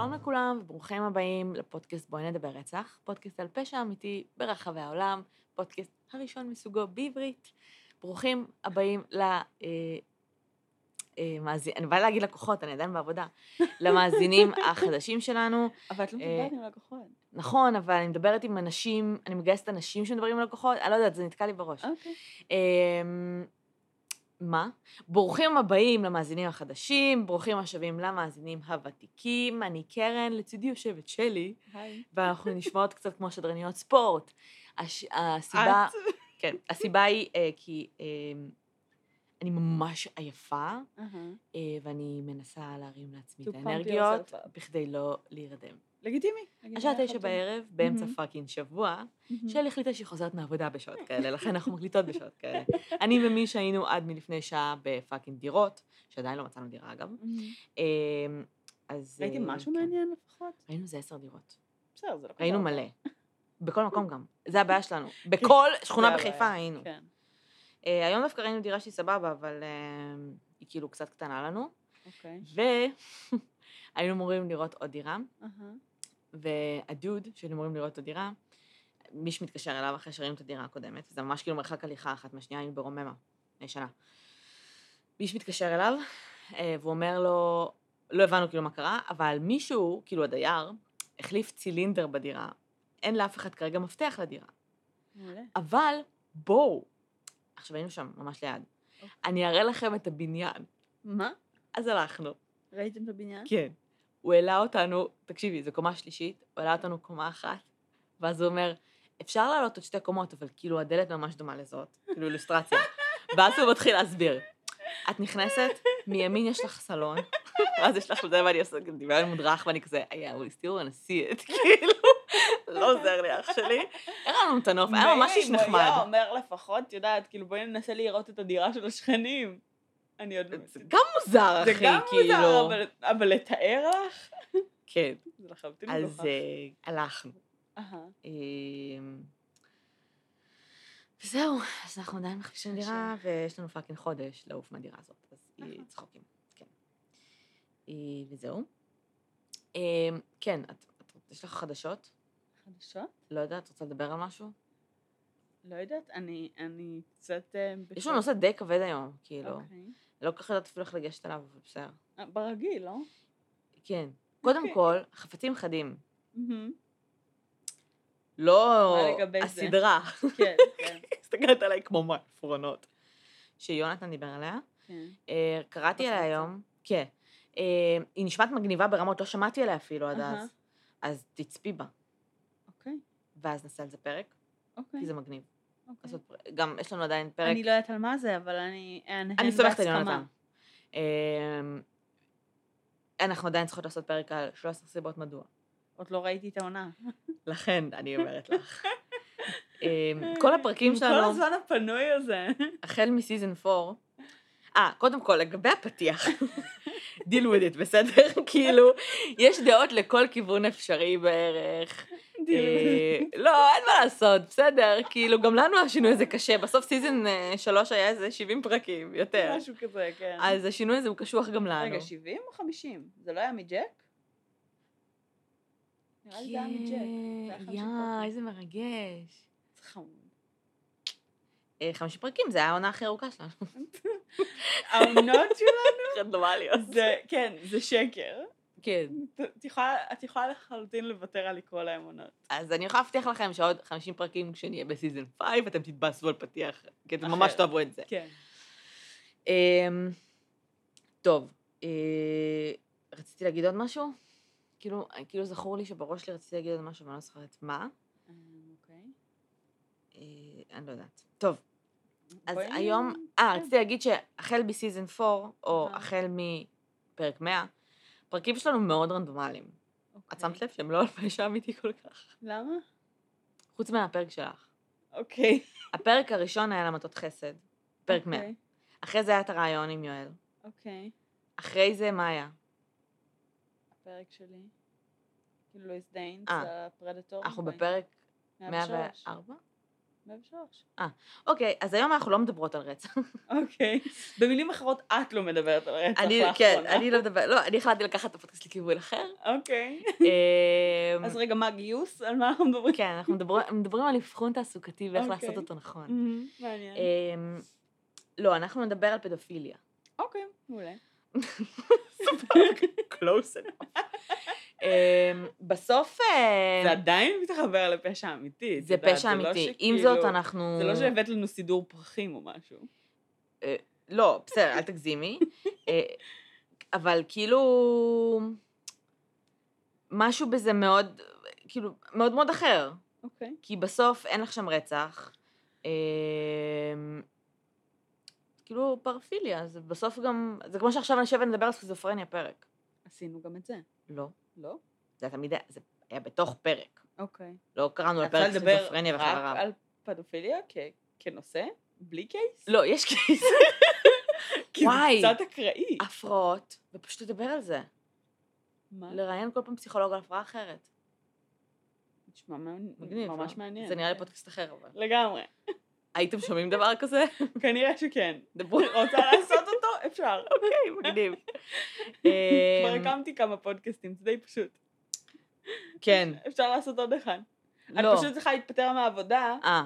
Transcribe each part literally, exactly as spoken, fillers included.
שלום לכולם וברוכים הבאים לפודקאסט בואי נדבר רצח, פודקאסט על פשע אמיתי ברחבי העולם, פודקאסט הראשון מסוגו בעברית. ברוכים הבאים ל... אה, אה, מאזין, אני באה להגיד לקוחות, אני עדיין בעבודה, למאזינים החדשים שלנו. אבל את לא מדברת עם לקוחות. נכון, אבל אני מדברת עם אנשים, אני מגייסת אנשים שמדברים עם לקוחות, אני לא יודעת, זה נתקע לי בראש. אוקיי. מה? ברוכים הבאים למאזינים החדשים, ברוכים השבים למאזינים הוותיקים, אני קרן, לצידי יושבת שלי, היי. ואנחנו נשמעות קצת כמו שדרניות ספורט. הש... הסיבה, את? כן, הסיבה היא אה, כי אה, אני ממש עייפה, Uh-huh. אה, ואני מנסה להרים לעצמי To את pump האנרגיות, yourself up. בכדי לא להירדם. לגיטימי. השעה תשע בערב, באמצע Mhm. פאקינג שבוע, Mhm. שלי החליטה שהיא חוזרת מעבודה בשעות כאלה, לכן אנחנו מקליטות בשעות כאלה. אני ומי שהיינו עד מלפני שעה בפאקינג דירות, שעדיין לא מצאנו דירה אגב. Mhm. אז... ראיתי אה, משהו כן. מעניין לפחות? ראינו איזה עשר דירות. בסדר, זה לא כזה ראינו הרבה. מלא. בכל מקום גם. זה הבעיה שלנו. בכל שכונה זה בחיפה הבעיה. היינו. כן. אה, היום דווקא ראינו דירה שהיא סבבה, אבל אה, היא כאילו קצת קטנה לנו. אוקיי. והיינו אמורים לראות עוד דירה. אהה. והדוד שהיינו אמורים לראות את הדירה, מי שמתקשר אליו אחרי שראינו את הדירה הקודמת, זה ממש כאילו מרחק הליכה אחת מהשנייה, היינו ברוממה, לפני שנה. מי שמתקשר אליו, והוא אומר לו, לא הבנו כאילו מה קרה, אבל מישהו, כאילו הדייר, החליף צילינדר בדירה, אין לאף אחד כרגע מפתח לדירה. מעולה. אבל בואו, עכשיו היינו שם ממש ליד, אוקיי. אני אראה לכם את הבניין. מה? אז הלכנו. ראיתם את הבניין? כן. הוא העלה אותנו, תקשיבי, זו קומה שלישית, הוא העלה אותנו קומה אחת, ואז הוא אומר, אפשר לעלות עוד שתי קומות, אבל כאילו הדלת ממש דומה לזאת, כאילו אילוסטרציה. ואז הוא מתחיל להסביר. את נכנסת, מימין יש לך סלון, ואז יש לך זה, ואני עושה דיבר מודרך, ואני כזה, היה, הוא הסתירו הנשיא, כאילו, לא עוזר לי אח שלי. הראה לנו את הנוף, היה ממש איש נחמד. הוא היה אומר לפחות, יודעת, כאילו בואי ננסה לראות את הדירה של השכנים. אני עוד לא... זה גם מוזר, אחי, זה גם כאילו. מוזר, אבל- אבל לתאר לך? כן. זה לחלוטין אז מגוחך. אה, הלכנו. אהה. אמ, וזהו, אז אנחנו עדיין מחפשים דירה, ויש לנו פאקינג חודש לעוף מהדירה הזאת, אז היא צחוקים, כן. אה, וזהו. אמ, כן, את, את, יש לך חדשות? חדשות? לא יודעת, את רוצה לדבר על משהו? לא יודעת, אני, אני קצת... אה, בשוק. יש לנו נושא די כבד היום, כאילו. אוקיי. לא כל כך יודעת אפילו איך לגשת אליו, אבל בסדר. אה, ברגיל, לא? כן. קודם אוקיי. כל, חפצים חדים. מהמם. לא מה לגבי זה? הסדרה. כן, כן, הסתכלת עליי כמו מעפרונות. שיונתן דיבר עליה. כן. אה, קראתי עליה בחצה. היום, כן. אה, היא נשמעת מגניבה ברמות, לא שמעתי עליה אפילו עד אהה. אז. אז תצפי בה, אוקיי, ואז נעשה על זה פרק, אוקיי. כי זה מגניב. אוקיי. לעשות פרק. גם יש לנו עדיין פרק, אני לא יודעת על מה זה, אבל אני... אני סומכת על יונתן. אה, אנחנו עדיין צריכות לעשות פרק על שלוש עשרה סיבות מדוע. עוד לא ראיתי את העונה. לכן אני אומרת לך. אה, כל הפרקים עם שלנו, כל הזמן הפנוי הזה. החל מסיזן ארבע, אה, קודם כל, לגבי הפתיח, deal with it, בסדר? כאילו, יש דעות לכל כיוון אפשרי בערך. אה, לא, אין מה לעשות, בסדר, כאילו, גם לנו השינוי הזה קשה. בסוף סיזן שלוש היה איזה שבעים פרקים, יותר. משהו כזה, כן. אז השינוי הזה הוא קשוח גם לנו. רגע, שבעים או חמישים? זה לא היה מג'ק? נראה לי זה היה מג'ק. זה היה חמישים יא, פרקים. איזה מרגש. זה חמוד. אה, חמישים פרקים, זה היה העונה הכי ארוכה שלנו. העונות שלנו? רנדומליות. זה, כן, זה שקר. כן. את יכולה, את יכולה לחלוטין לוותר על לקרוא להם עונות. אז אני יכולה להבטיח לכם שעוד חמישים פרקים כשנהיה בסיזן חמש, אתם תתבאסו על פתיח, כי אתם ממש אחר. תאהבו את זה. כן. אמ, טוב, אה, רציתי להגיד עוד משהו? כאילו, כאילו זכור לי שבראש שלי רציתי להגיד עוד משהו, ואני לא זוכרת מה. אוקיי. אה, אני לא יודעת. טוב, אז בואי- היום, אה, רציתי להגיד שהחל בסיזן ארבע, או אהה. החל מפרק מאה, פרקים שלנו מאוד רנדומליים. את שמת לב שהם לא על פשע אמיתי כל כך? למה? חוץ מהפרק שלך. אוקיי. הפרק הראשון היה למטות חסד, פרק מאה. אוקיי. אחרי זה היה את הרעיון עם יואל. אוקיי. אחרי זה מה היה? הפרק שלי. כאילו לואיס דיינס, אה. הפרדטור. אנחנו בפרק מאה מאה ושלוש. וארבע? מאה ושלוש. אוקיי, אז היום אנחנו לא מדברות על רצח. אוקיי. במילים אחרות, את לא מדברת על רצח אני, לאחרונה. כן, אני לא מדברת, לא, אני החלטתי לקחת את הפודקאסט לכיוון אחר. אוקיי. אמ, אז רגע, מה, גיוס? על מה אנחנו מדברים? כן, אנחנו מדברים- מדברים על אבחון תעסוקתי ואיך אוקיי. לעשות אותו נכון. מהמם, מעניין. אמ, לא, אנחנו נדבר על פדופיליה. אוקיי, מעולה. close enough. אמ, בסוף... אה, זה עדיין מתחבר לפשע אמיתי. את זה יודעת, פשע לא אמיתי. שכאילו- עם זאת, אנחנו... זה לא שהבאת לנו סידור פרחים או משהו. אה, לא, בסדר, אל תגזימי. אה, אבל כאילו... משהו בזה מאוד, כאילו, מאוד מאוד אחר. אוקיי. כי בסוף אין לך שם רצח. אמ, כאילו פרפיליה, זה בסוף גם... זה כמו שעכשיו נשב ונדבר על סכיזופרניה פרק. עשינו גם את זה. לא. לא? זה תמיד היה, זה היה בתוך פרק. אוקיי. לא קראנו את לפרק רוצה לדבר סכיזופרניה רק וחבריו. על פדופיליה כ- כנושא? בלי קייס? לא, יש קייס. כי וואי. זה קצת אקראי. הפרעות, ופשוט לדבר על זה. מה? לראיין כל פעם פסיכולוג על הפרעה אחרת. נשמע מעניין- מגניב, ממש לא? מעניין. זה נראה לי פודקאסט אחר, אבל. לגמרי. הייתם שומעים דבר כזה? כנראה שכן. דברו. רוצה לעשות אותו? אפשר. אוקיי, מגניב. כבר אמ, הקמתי כמה פודקאסטים, זה די פשוט. כן. אפשר לעשות עוד אחד. את לא. פשוט צריכה להתפטר מהעבודה אה.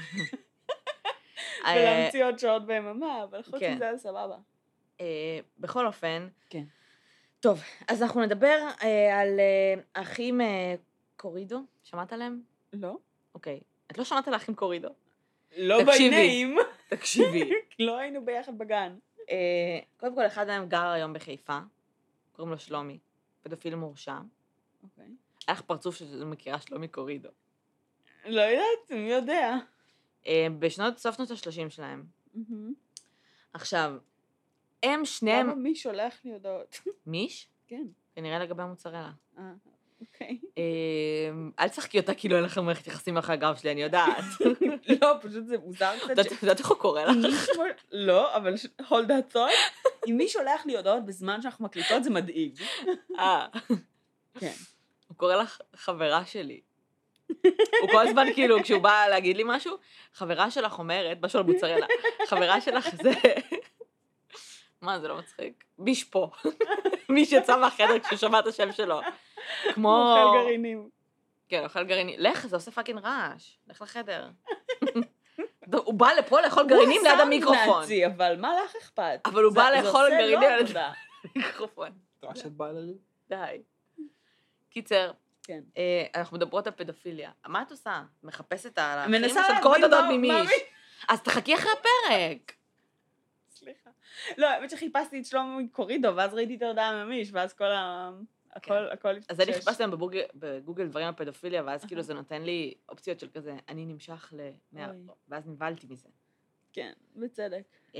אה, ולהמציא עוד שעות ביממה, אבל חוץ כן. מזה זה סבבה. אה, בכל אופן. כן. טוב, אז אנחנו נדבר אה, על אה, האחים אה, קורידו. שמעת עליהם? לא? אוקיי. את לא שמעת על האחים קורידו? לא תקשיבי. בנעים. תקשיבי. לא היינו ביחד בגן. אה, קודם כל, אחד מהם גר היום בחיפה. קוראים לו שלומי. פדופיל מורשע. אוקיי. היה לך פרצוף שזה מכירה שלומי קורידו. לא יודעת, מי יודע. אה, בשנות, סוף שנות השלושים שלהם. עכשיו, הם שניהם... למה מי שולח לי הודעות? מיש? כן. כנראה לגבי המוצרלה. אה, אוקיי. אה, אל תשחקי אותה כאילו אין לכם מערכת יחסים אחרי הגב שלי, אני יודעת. לא, פשוט זה מוזר קצת. את יודעת איך הוא קורא לך? לא, אבל hold that thought. אם מי שולח לי הודעות בזמן שאנחנו מקליטות זה מדאיג. אה. כן. הוא קורא לך חברה שלי. הוא כל הזמן כאילו, כשהוא בא להגיד לי משהו, חברה שלך אומרת, משהו על מוצרלה, חברה שלך זה... מה, זה לא מצחיק? ביש פה. מי שיצא מהחדר כששמע את השם שלו. כמו... אוכל גרעינים. כן, אוכל גרעינים. לך, זה עושה פאקינג רעש. לך לחדר. הוא בא לפה לאכול גרעינים ליד המיקרופון. הוא נאצי, אבל מה לך אכפת? אבל הוא בא לאכול גרעינים ליד ליד המיקרופון. אתה רואה שאת באה לזה? די. קיצר, כן. אה, אנחנו מדברות על פדופיליה. מה את עושה? מחפשת על האחים? מנסה שאת להבין קוראת הודעות מה- מה ממיש. מי- אז תחכי אחרי הפרק. סליחה. לא, האמת שחיפשתי את שלומי קורידו, ואז ראיתי את ההודעה ממיש, ואז כל ה... הכל, הכל... אז אני שש. חיפשתי היום בגוגל- בגוגל דברים על פדופיליה, ואז כאילו זה נותן לי אופציות של כזה, אני נמשך ל... אוי. ואז נבלתי מזה. כן, בצדק. אמ,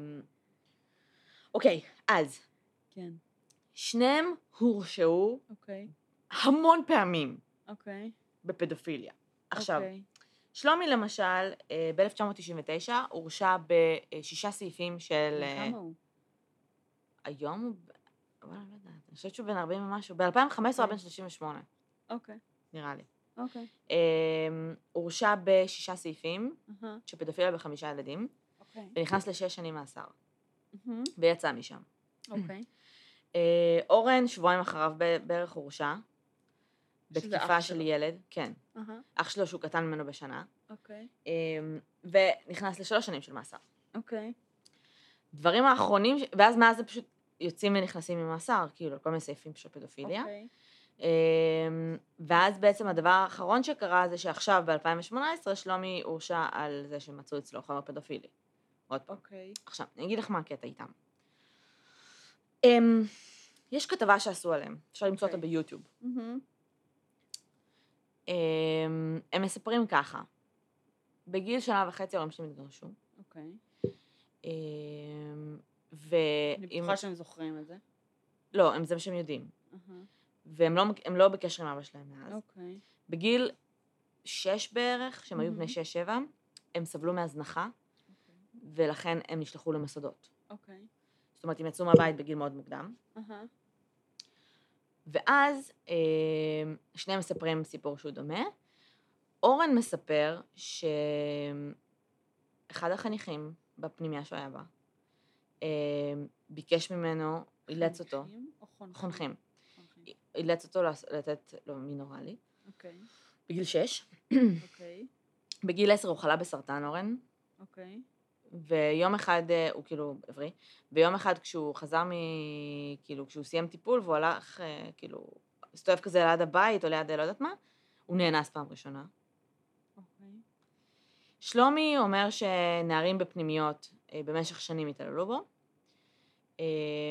אוקיי, אז, כן. שניהם הורשעו אוקיי. המון פעמים אוקיי. בפדופיליה. עכשיו, אוקיי. שלומי למשל, ב-אלף תשע מאות תשעים ותשע, הורשע בשישה סעיפים של... אה, כמה הוא? היום הוא... ב- וואלה, לא יודעת, אני חושבת שהוא בן ארבעים ומשהו. ב-אלפיים וחמש עשרה הוא בן שלושים ושמונה, אוקיי. נראה לי. אוקיי. אמ, הורשע בשישה סעיפים אהה. של פדופיליה בחמישה ילדים, אוקיי. ונכנס לשש שנים מאסר, מהמם. ויצא משם. אוקיי. אה, אורן, שבועיים אחריו ב- בערך הורשע, שזה בתקיפה אח של שלו. ילד, כן. אהה. אח שלו שהוא קטן ממנו בשנה, אוקיי. אמ, ונכנס לשלוש שנים של מאסר. אוקיי. דברים האחרונים, ש- ואז מאז זה פשוט יוצאים ונכנסים ממאסר, כאילו, כל מיני סעיפים של פדופיליה. אוקיי. אמ, ואז בעצם הדבר האחרון שקרה זה שעכשיו ב-אלפיים שמונה עשרה שלומי הורשע על זה שמצאו אצלו חומר פדופילי. עוד פעם. אוקיי. עכשיו, אני אגיד לך מה הקטע איתם. אמ, יש כתבה שעשו עליהם, אפשר למצוא אותה אוקיי. ביוטיוב. מהמם. אמ, הם מספרים ככה, בגיל שנה וחצי ההורים שלי התגרשו, אוקיי. אמ, אני ואם... בטוחה שהם זוכרים את זה. לא, הם זה מה שהם יודעים. אהה. והם לא, הם לא בקשר עם אבא שלהם מאז. אוקיי. בגיל שש בערך, שהם היו מהמם. בני שש שבע, הם סבלו מהזנחה, ולכן הם נשלחו למוסדות. אוקיי. זאת אומרת, הם יצאו מהבית בגיל מאוד מוקדם. אהה. ואז אה, שניהם מספרים סיפור שהוא דומה. אורן מספר שאחד החניכים בפנימיה שהוא היה בה, ביקש ממנו, אילץ אותו, חניכים או חונכים? חונכים, חונכים. אילץ אותו לתת לו מין אוראלי, אוקיי, בגיל שש. אוקיי, בגיל עשר הוא חלה בסרטן אורן, אוקיי. ויום אחד, אה, הוא כאילו עברי, ויום אחד כשהוא חזר מ... כאילו, כשהוא סיים טיפול, והוא הלך, אה, כאילו, הסתובב כזה ליד הבית, או ליד לא יודעת מה, הוא נאנס פעם ראשונה. אוקיי. שלומי אומר שנערים בפנימיות אה, במשך שנים התעללו בו, אה,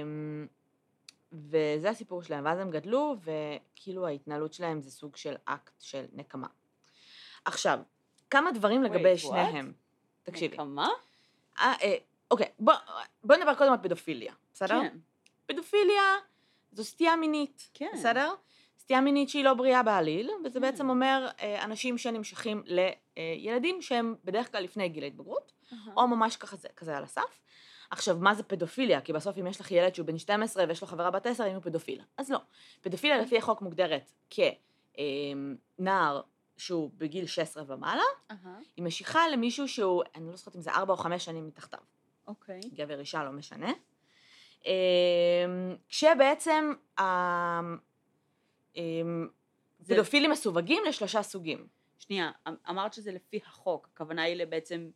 וזה הסיפור שלהם, ואז הם גדלו, וכאילו ההתנהלות שלהם זה סוג של אקט של נקמה. עכשיו, כמה דברים לגבי Wait, שניהם. תקשיבי. נקמה? אה, אה, אוקיי, בוא, בוא נדבר קודם על פדופיליה, בסדר? כן. פדופיליה זו סטייה מינית, כן. בסדר? סטייה מינית שהיא לא בריאה בעליל, וזה כן. בעצם אומר אה, אנשים שנמשכים לילדים שהם בדרך כלל לפני גיל ההתבגרות, אהה. או ממש ככה זה, כזה על הסף. עכשיו, מה זה פדופיליה? כי בסוף אם יש לך ילד שהוא בן שתים עשרה ויש לו חברה בת עשר, הוא פדופיל. אז לא. פדופיליה לפי החוק מוגדרת כנער שהוא בגיל שש עשרה ומעלה, אהה. היא משיכה למישהו שהוא, אני לא זוכרת אם זה ארבע או חמש שנים מתחתיו. אוקיי. גבר אישה, לא משנה. כשבעצם הפדופילים מסווגים לשלושה סוגים. שנייה, אמ- אמרת שזה לפי החוק, הכוונה היא לבעצם,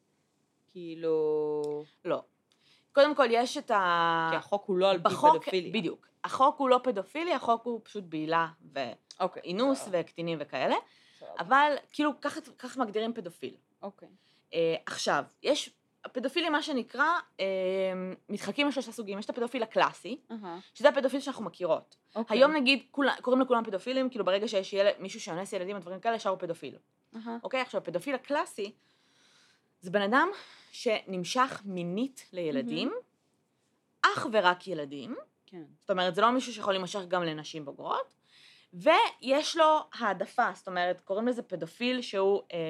כאילו... לא. קודם כל יש את ה... כי החוק הוא לא על פי בחוק, פדופיליה. בדיוק. החוק הוא לא פדופילי, החוק הוא פשוט בעילה אוקיי. ואינוס סבבה. וקטינים וכאלה, סבבה. אבל כאילו ככה, ככה מגדירים פדופיל. אוקיי. אה, עכשיו, יש, הפדופילים מה שנקרא, אה, מתחלקים לשלושה סוגים. יש את הפדופיל הקלאסי, אהה. שזה הפדופיל שאנחנו מכירות. אוקיי. היום נגיד, כולה, קוראים לכולם פדופילים, כאילו ברגע שיש ילד, מישהו שאונס ילדים ודברים כאלה, ישר הוא פדופיל. אהה. אוקיי, עכשיו, הפדופיל הקלאסי, זה בן אדם שנמשך מינית לילדים, אך ורק ילדים, כן. זאת אומרת, זה לא מישהו שיכול להימשך גם לנשים בוגרות, ויש לו העדפה, זאת אומרת, קוראים לזה פדופיל שהוא אה,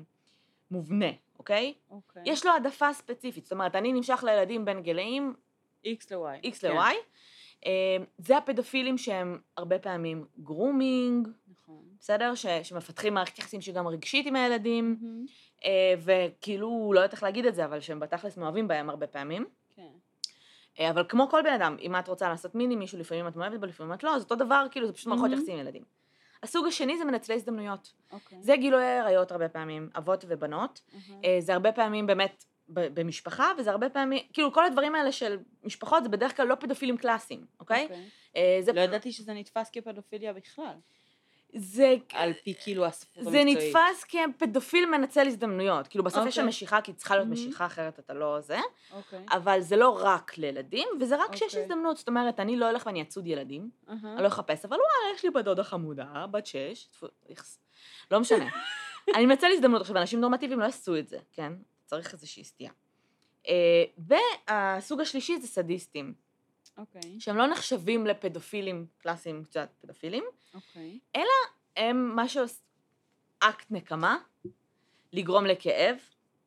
מובנה, אוקיי? אוקיי. יש לו העדפה ספציפית, זאת אומרת, אני נמשך לילדים בין גילאים X ל-Y. X ל-Y, אה, זה הפדופילים שהם הרבה פעמים גרומינג, נכון. בסדר? ש, שמפתחים מערכת יחסים שגם רגשית עם הילדים, מהמם. אה, וכאילו, לא יודעת איך להגיד את זה, אבל שהם בתכלס מאוהבים בהם הרבה פעמים. כן. אה, אבל כמו כל בן אדם, אם את רוצה לעשות מיני מישהו, לפעמים את מאוהבת בו, לפעמים את לא, אז אותו דבר, כאילו, זה פשוט מערכות מהמם. יחסים עם ילדים. הסוג השני זה מנצלי הזדמנויות. אוקיי. זה גילוי עריות הרבה פעמים, אבות ובנות. אהה. אה, זה הרבה פעמים באמת ב- במשפחה, וזה הרבה פעמים, כאילו, כל הדברים האלה של משפחות, זה בדרך כלל לא פדופילים קלאסיים, אוקיי? אוקיי. אה, זה, לא ידעתי שזה נתפס כפדופיליה בכלל. זה, על פי כאילו הספרות זה המקצועית. נתפס כפדופיל מנצל הזדמנויות. כאילו, בסוף יש שם אוקיי. משיכה, כי צריכה להיות Mhm. משיכה אחרת, אתה לא זה. אוקיי. אבל זה לא רק לילדים, וזה רק כשיש אוקיי. הזדמנות. זאת אומרת, אני לא אלך ואני אצוד ילדים, אהה. אני לא אחפש, אבל וואלה, יש לי בת דודה חמודה, בת שש, טפו, איכס. לא משנה. אני מנצל הזדמנות. עכשיו, אנשים נורמטיביים לא עשו את זה, כן? צריך איזושהי סטייה. אה, והסוג השלישי זה סדיסטים, אוקיי. שהם לא נחשבים לפדופילים קלאסיים, קצת פדופילים, אוקיי. הם מה שעוש... אקט נקמה, לגרום לכאב,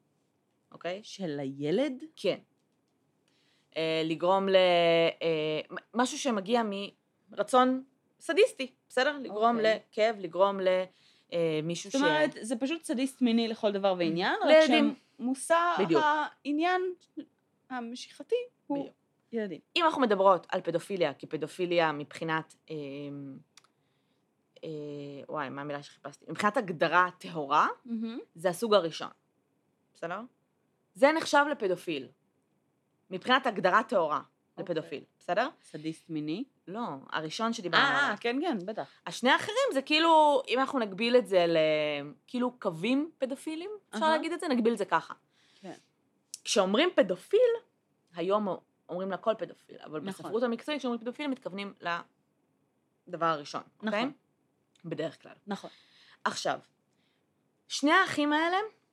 אוקיי? של הילד? כן. אה, לגרום ל... אה, משהו שמגיע מרצון סדיסטי, בסדר? לגרום אוקיי. לכאב, לגרום למישהו ש... זאת אומרת, זה פשוט סדיסט מיני לכל דבר ועניין, רק לילדים. שמושא בדיוק. העניין המשיכתי הוא בדיוק. ילדים. אם אנחנו מדברות על פדופיליה, כי פדופיליה מבחינת... אה, אה, וואי, מה המילה שחיפשתי? מבחינת הגדרה טהורה, זה הסוג הראשון, בסדר? זה נחשב לפדופיל, מבחינת הגדרה טהורה לפדופיל, בסדר? סדיסט מיני? לא, הראשון שדיברנו אה, עליו. כן, כן, בטח. השני האחרים זה כאילו, אם אנחנו נגביל את זה לכאילו קווים פדופילים, אפשר אהה. להגיד את זה, נגביל את זה ככה. כן. כשאומרים פדופיל, היום אומרים לכל פדופיל, אבל נכון. בספרות המקצועית, כשאומרים פדופיל, מתכוונים לדבר הראשון, אוקיי? נכון. בדרך כלל. נכון. עכשיו, שני האחים האלה,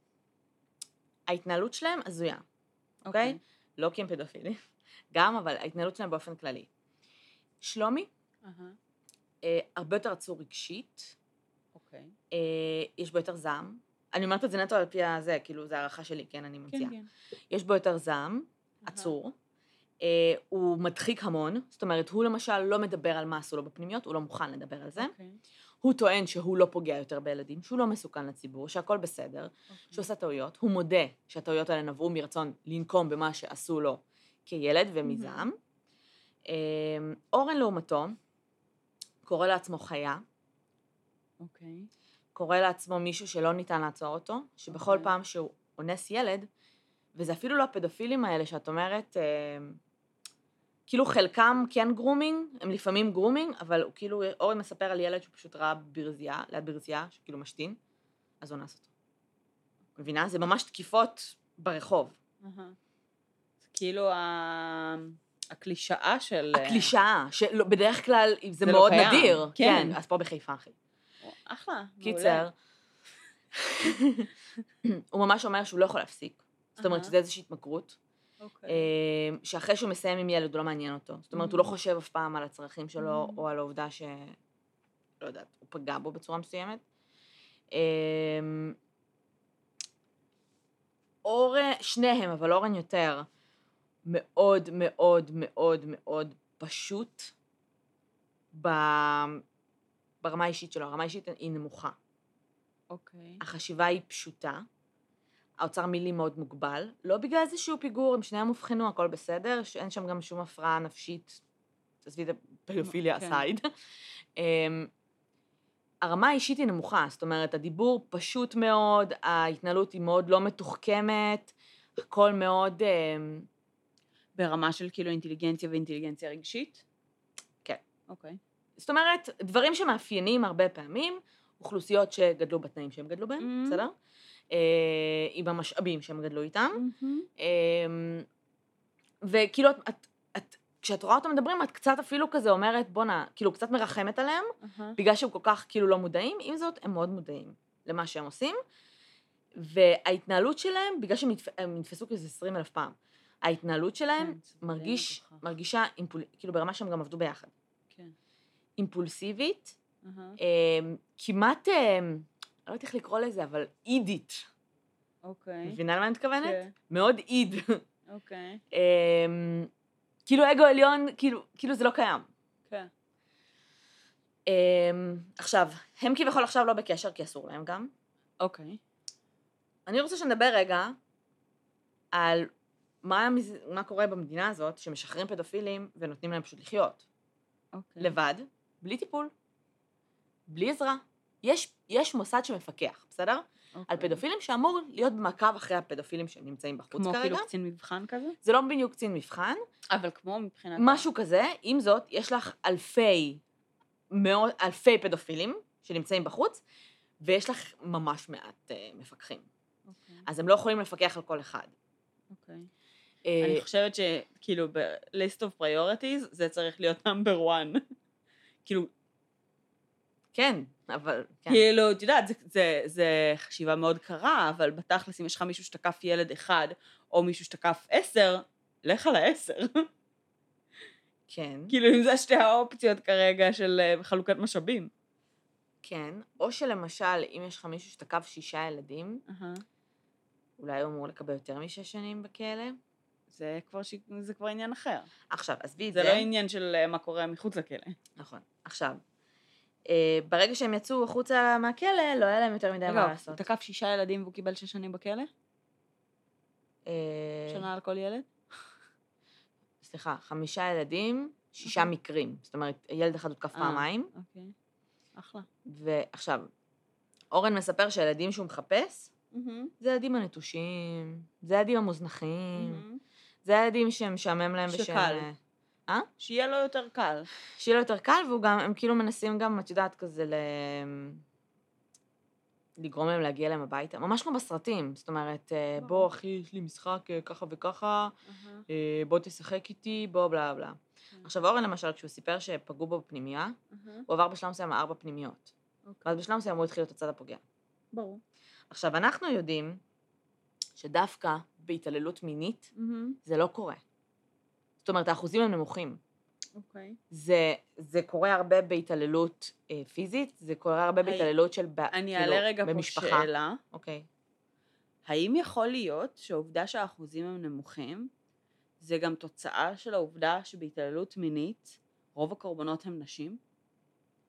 ההתנהלות שלהם הזויה, אוקיי? לא כי הם פדופילים, גם, אבל ההתנהלות שלהם באופן כללי. שלומי, אהה. אה, הרבה יותר עצור רגשית, אוקיי. אה, יש בו יותר זעם. אני אומרת את זה נטו על פי הזה, כאילו, זה הערכה שלי, כן, אני ממציאה. כן, כן. יש בו יותר זעם, עצור. אה, הוא מדחיק המון, זאת אומרת, הוא למשל לא מדבר על מה עשו לו בפנימיות, הוא לא מוכן לדבר על זה. אוקיי. הוא טוען שהוא לא פוגע יותר בילדים, שהוא לא מסוכן לציבור, שהכל בסדר, אוקיי. שהוא עושה טעויות, הוא מודה שהטעויות האלה נבעו מרצון לנקום במה שעשו לו כילד ומזעם. אורן לעומתו קורא לעצמו חיה, אוקיי. קורא לעצמו מישהו שלא ניתן לעצור אותו, שבכל אוקיי. פעם שהוא אונס ילד, וזה אפילו לא הפדופילים האלה שאת אומרת, אה, כאילו חלקם כן גרומינג, הם לפעמים גרומינג, אבל הוא כאילו, אורן מספר על ילד שהוא פשוט ראה ברזייה, ליד ברזייה, שכאילו משתין, אז הוא אונס אותו. מבינה? זה ממש תקיפות ברחוב. אהה. זה כאילו ה... הקלישאה של... הקלישאה, שבדרך כלל זה, זה לא מאוד קיים. נדיר. כן. כן, אז פה בחיפה, אחי. אחלה. קיצר, הוא ממש אומר שהוא לא יכול להפסיק. זאת אומרת אהה. שזה איזושהי התמכרות. אוקיי. אה, שאחרי שהוא מסיים עם ילד הוא לא מעניין אותו. זאת אומרת, הוא לא חושב אף פעם על הצרכים שלו, Mhm. או על העובדה ש... לא יודעת, הוא פגע בו בצורה מסוימת. אה, אורן, שניהם, אבל אורן יותר, מאוד מאוד מאוד מאוד פשוט ב... ברמה האישית שלו. הרמה האישית היא נמוכה. אוקיי. החשיבה היא פשוטה. האוצר מילים מאוד מוגבל, לא בגלל איזשהו פיגור, הם שניהם הובחנו, הכל בסדר, שאין שם גם שום הפרעה נפשית, תעזבי את הפדופיליה כן. הסייד. הרמה האישית היא נמוכה, זאת אומרת, הדיבור פשוט מאוד, ההתנהלות היא מאוד לא מתוחכמת, הכל מאוד... ברמה של כאילו אינטליגנציה ואינטליגנציה רגשית? כן. אוקיי. זאת אומרת, דברים שמאפיינים הרבה פעמים, אוכלוסיות שגדלו בתנאים שהם גדלו בהם, Mhm. בסדר? עם המשאבים שהם גדלו איתם. Mhm. וכאילו, את, את, את, כשאת רואה אותם מדברים, את קצת אפילו כזה אומרת, בונה, כאילו קצת מרחמת עליהם, אהה. בגלל שהם כל כך כאילו לא מודעים, עם זאת, הם מאוד מודעים למה שהם עושים, וההתנהלות שלהם, בגלל שהם נתפ... נתפסו כזה עשרים אלף פעם, ההתנהלות שלהם כן, זה מדהים מרגיש, כל כך. מרגישה, אימפול... כאילו ברמה שהם גם עבדו ביחד. כן. אימפולסיבית, אהה. כמעט, אני לא יודעת איך לקרוא לזה, אבל אידית. אוקיי. מבינה למה אני מתכוונת? כן. מאוד איד. אוקיי. אמ, כאילו אגו עליון, כאילו, כאילו זה לא קיים. כן. אמ, עכשיו, הם כביכול עכשיו לא בקשר, כי אסור להם גם. אוקיי. אני רוצה שנדבר רגע על מה, המז- מה קורה במדינה הזאת, שמשחררים פדופילים ונותנים להם פשוט לחיות. אוקיי. לבד, בלי טיפול, בלי עזרה. יש, יש מוסד שמפקח, בסדר? על אוקיי. פדופילים שאמור להיות במעקב אחרי הפדופילים שנמצאים בחוץ כמו כרגע. כאילו קצין מבחן כזה? זה לא בדיוק קצין מבחן, אבל כמו מבחינת... משהו כזה. עם זאת, יש לך אלפי, מאות, אלפי פדופילים שנמצאים בחוץ, ויש לך ממש מעט uh, מפקחים. אוקיי. אז הם לא יכולים לפקח על כל אחד. אוקיי. אה, אני חושבת שכאילו ב-list of priorities זה צריך להיות number one. כאילו, כן, אבל... כן. כאילו, את יודעת, זה, זה, זה חשיבה מאוד קרה, אבל בתכלס, אם יש לך מישהו שתקף ילד אחד, או מישהו שתקף עשר, לך על העשר. כן, כאילו, אם זה שתי האופציות כרגע של אה, חלוקת משאבים. כן. או שלמשל, אם יש לך מישהו שתקף שישה ילדים, אהה. אולי הוא אמור לקבל יותר משש שנים בכלא. זה כבר, ש... זה כבר עניין אחר. עכשיו, עזבי את זה זה. לא עניין של אה, מה קורה מחוץ לכלא. נכון. עכשיו, אה, ברגע שהם יצאו החוצה מהכלא, לא היה להם יותר מדי מה רגע, הוא לעשות. תקף שישה ילדים והוא קיבל שש שנים בכלא? אה, שנה על כל ילד? סליחה, חמישה ילדים, שישה אוקיי. מקרים. זאת אומרת, ילד אחד הותקף אה. פעמיים, אוקיי. אחלה. ועכשיו, אורן מספר שהילדים שהוא מחפש, זה ילדים הנטושים, זה ילדים המוזנחים, זה ילדים שמשעמם להם שקל. אה? שיהיה לו יותר קל. שיהיה לו יותר קל, והוא גם, הם כאילו מנסים גם, את יודעת, כזה ל... לגרום להם להגיע להם הביתה, ממש כמו בסרטים, זאת אומרת, ברור. בוא אחי, יש לי משחק אה, ככה וככה, אה, בוא תשחק איתי, בוא בלה בלה. עכשיו אורן למשל, כשהוא סיפר שפגעו בו בפנימיה, הוא עבר בשלב מסוים ארבע פנימיות, ואז בשלב מסוים הוא התחיל את הצד הפוגע. ברור. עכשיו, אנחנו יודעים שדווקא בהתעללות מינית זה לא קורה. זאת אומרת, האחוזים הם נמוכים. אוקיי. זה, זה קורה הרבה בהתעללות אה, פיזית, זה קורה הרבה היי, בהתעללות של... ב, אני כאילו, אעלה רגע פה במשפחה. שאלה. אוקיי. האם יכול להיות שהעובדה שהאחוזים הם נמוכים, זה גם תוצאה של העובדה שבהתעללות מינית, רוב הקורבנות הם נשים?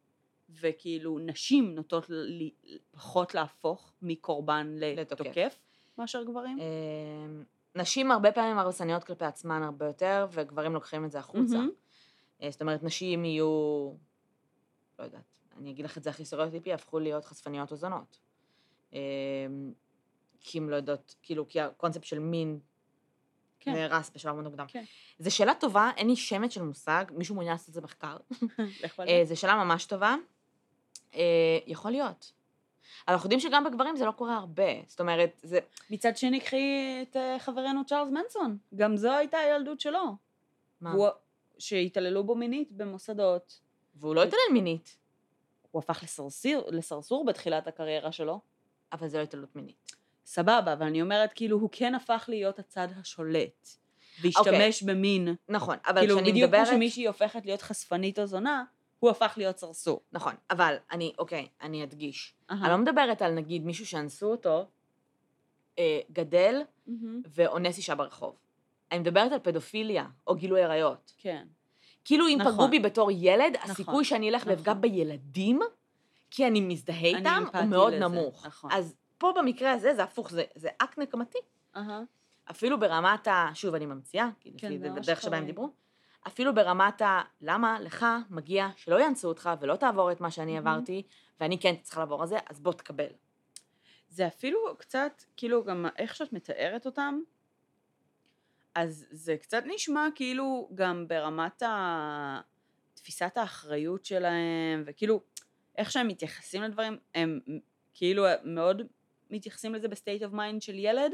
וכאילו נשים נוטות ל- פחות להפוך מקורבן לתוקף. לתוקף מאשר גברים. אמ, נשים הרבה פעמים הרסניות כלפי עצמן הרבה יותר, וגברים לוקחים את זה החוצה. מהמם. אה, זאת אומרת, נשים יהיו, לא יודעת, אני אגיד לך את זה הכי סטריאוטיפי, הפכו להיות חשפניות או זונות. אמ, כי הם לא יודעות, כאילו, כי הקונספט של מין כן. נהרס בשלב מאוד מוקדם. כן. זו שאלה טובה, אין לי שמץ של מושג, מישהו מעוניין לעשות את זה מחקר. לך על אה, זה. זו שאלה ממש טובה. אה, יכול להיות. אבל אנחנו יודעים שגם בגברים זה לא קורה הרבה. זאת אומרת, זה... מצד שני, קחי את אה, חברנו צ'ארלס מנסון. גם זו הייתה הילדות שלו. מה? והוא- שהתעללו בו מינית במוסדות. והוא לא התעלל מינית, הוא הפך לסרסיר, לסרסור בתחילת הקריירה שלו. אבל זה לא התעללות מינית. סבבה, אבל אני אומרת, כאילו, הוא כן הפך להיות הצד השולט. והשתמש במין. נכון, אבל כאילו, כשאני בדיוק מדברת... כמו שמישהי הופכת להיות חשפנית או זונה, הוא הפך להיות סרסור. נכון, אבל אני, אוקיי, אני אדגיש. אהה. אני לא מדברת על, נגיד, מישהו שאנסו אותו, אה, גדל מהמם. ואונס אישה ברחוב. אני מדברת על פדופיליה, או גילוי עריות. כן. כאילו, אם נכון. פגעו בי בתור ילד, נכון. הסיכוי שאני אלך נכון. ואפגע בילדים, כי אני מזדהה אני איתם, הוא אמפתי מאוד לזה, נמוך. נכון. אז פה במקרה הזה, זה הפוך, זה, זה אקט נקמתי. אהה. אפילו ברמת ה... שוב, אני ממציאה, כי כן, לפי זה ממש הדרך שבה הם חריג. דיברו. אפילו ברמת ה... למה לך מגיע שלא יאנסו אותך ולא תעבור את מה שאני מהמם. עברתי, ואני כן צריכה לעבור על זה, אז בוא תקבל. זה אפילו קצת, כאילו, גם איך שאת מתארת אותם, אז זה קצת נשמע כאילו גם ברמת ה... תפיסת האחריות שלהם, וכאילו, איך שהם מתייחסים לדברים, הם כאילו מאוד מתייחסים לזה בסטייט אוף מיינד של ילד,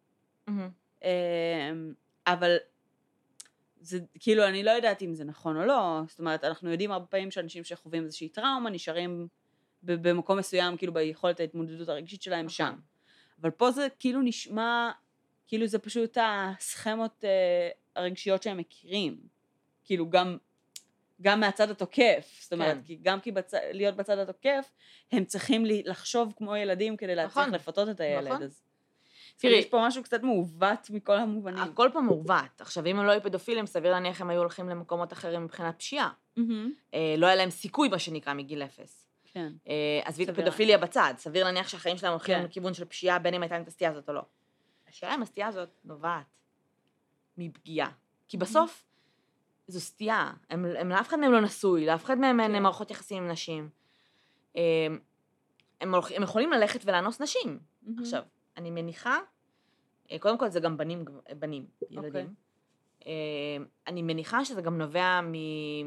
אמ, אבל זה, כאילו, אני לא יודעת אם זה נכון או לא, זאת אומרת, אנחנו יודעים הרבה פעמים שאנשים שחווים איזושהי טראומה, נשארים ב- במקום מסוים, כאילו, ביכולת ההתמודדות הרגשית שלהם נכון. שם. אבל פה זה כאילו נשמע, כאילו זה פשוט הסכמות אה, הרגשיות שהם מכירים. כאילו, גם, גם מהצד התוקף, זאת אומרת, כן. כי גם כי בצ... להיות בצד התוקף, הם צריכים לי- לחשוב כמו ילדים כדי להצליח נכון. לפתות את הילד. נכון. אז תראי, יש פה משהו קצת מעוות מכל המובנים. הכל פה מעוות. עכשיו, אם הם לא היו פדופילים, סביר להניח הם היו הולכים למקומות אחרים מבחינת פשיעה. מהמם. אה, לא היה להם סיכוי, מה שנקרא, מגיל אפס. כן. אה, עזבי את סביר הפדופיליה בצד, סביר להניח שהחיים שלהם הולכים כן. לכיוון של פשיעה, בין אם הייתה להם את הסטייה הזאת או לא. השאלה אם הסטייה הזאת נובעת מפגיעה. כי בסוף, זו סטייה. הם, הם, לאף אחד מהם לא נשוי, לאף אחד מהם אין כן. מערכות יחסים עם נשים. אה, הם, הולכים- הם יכולים ללכת ולאנוס נשים. מהמם. עכשיו, אני מניחה, אה, קודם כל זה גם בנים, גב- בנים, ילדים. אוקיי. אה, אני מניחה שזה גם נובע מ...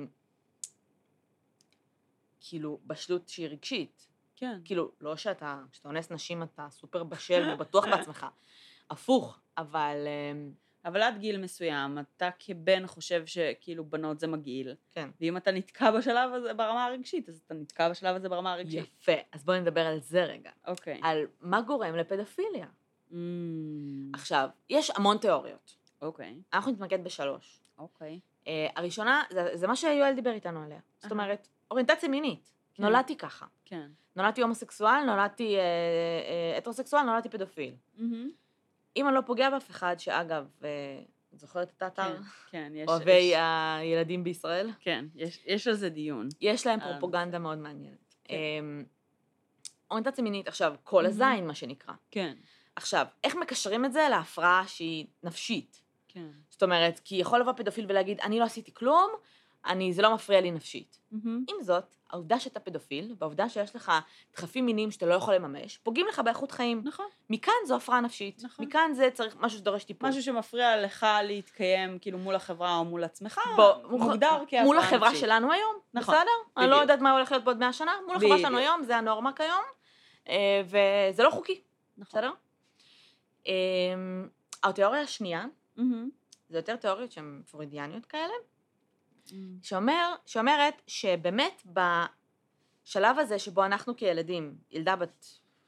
כאילו, בשלות שהיא רגשית. כן. כאילו, לא שאתה, כשאתה אונס נשים אתה סופר בשל ובטוח בעצמך. הפוך, אבל... אה, אבל עד גיל מסוים, אתה כבן חושב שכאילו בנות זה מגעיל, כן. ואם אתה נתקע בשלב הזה ברמה הרגשית, אז אתה נתקע בשלב הזה ברמה הרגשית. יפה. אז בואי נדבר על זה רגע. אוקיי. על מה גורם לפדופיליה. Mm, עכשיו, יש המון תיאוריות. אוקיי, אנחנו נתמקד בשלוש. אוקיי. אה, הראשונה, זה, זה מה שיואל דיבר איתנו עליה. זאת אהה. אומרת, אוריינטציה מינית. כן. נולדתי ככה. כן. נולדתי הומוסקסואל, נולדתי אה, אה, הטרוסקסואל, נולדתי פדופיל. מהמם. אם אני לא פוגע באף אחד, שאגב, אה, את זוכרת את האתר? כן, כן, יש... אוהבי יש- הילדים בישראל? כן, יש- יש על זה דיון. יש להם אה, פרופוגנדה מאוד מעניינת. כן. אה, אוריינטציה מינית, עכשיו, כל מהמם. הזין, מה שנקרא. כן, עכשיו, איך מקשרים את זה להפרעה שהיא נפשית? כן. זאת אומרת, כי יכול לבוא פדופיל ולהגיד, אני לא עשיתי כלום, אני, זה לא מפריע לי נפשית. מהמם. עם זאת, העובדה שאתה פדופיל, והעובדה שיש לך דחפים מיניים שאתה לא יכול לממש, פוגעים לך באיכות חיים. נכון. מכאן זו הפרעה נפשית. נכון. מכאן זה צריך משהו שדורש טיפול. משהו שמפריע לך להתקיים כאילו מול החברה או מול עצמך, בוא, מוגדר כהפרעה מול החברה נפשית. שלנו היום, נכון, בסדר? אני לא בדיוק. יודעת מה הולך להיות בעוד מאה שנה, מול החברה שלנו בדיוק. היום, זה הנורמה כיום, אה, וזה לא חוקי, נכון. בסדר? אה, התיאוריה השנייה, מהמם. זה יותר תיאוריות שהן פרוידיאניות כאלה, מהמם. שאומר, שאומרת שבאמת בשלב הזה שבו אנחנו כילדים, ילדה בת,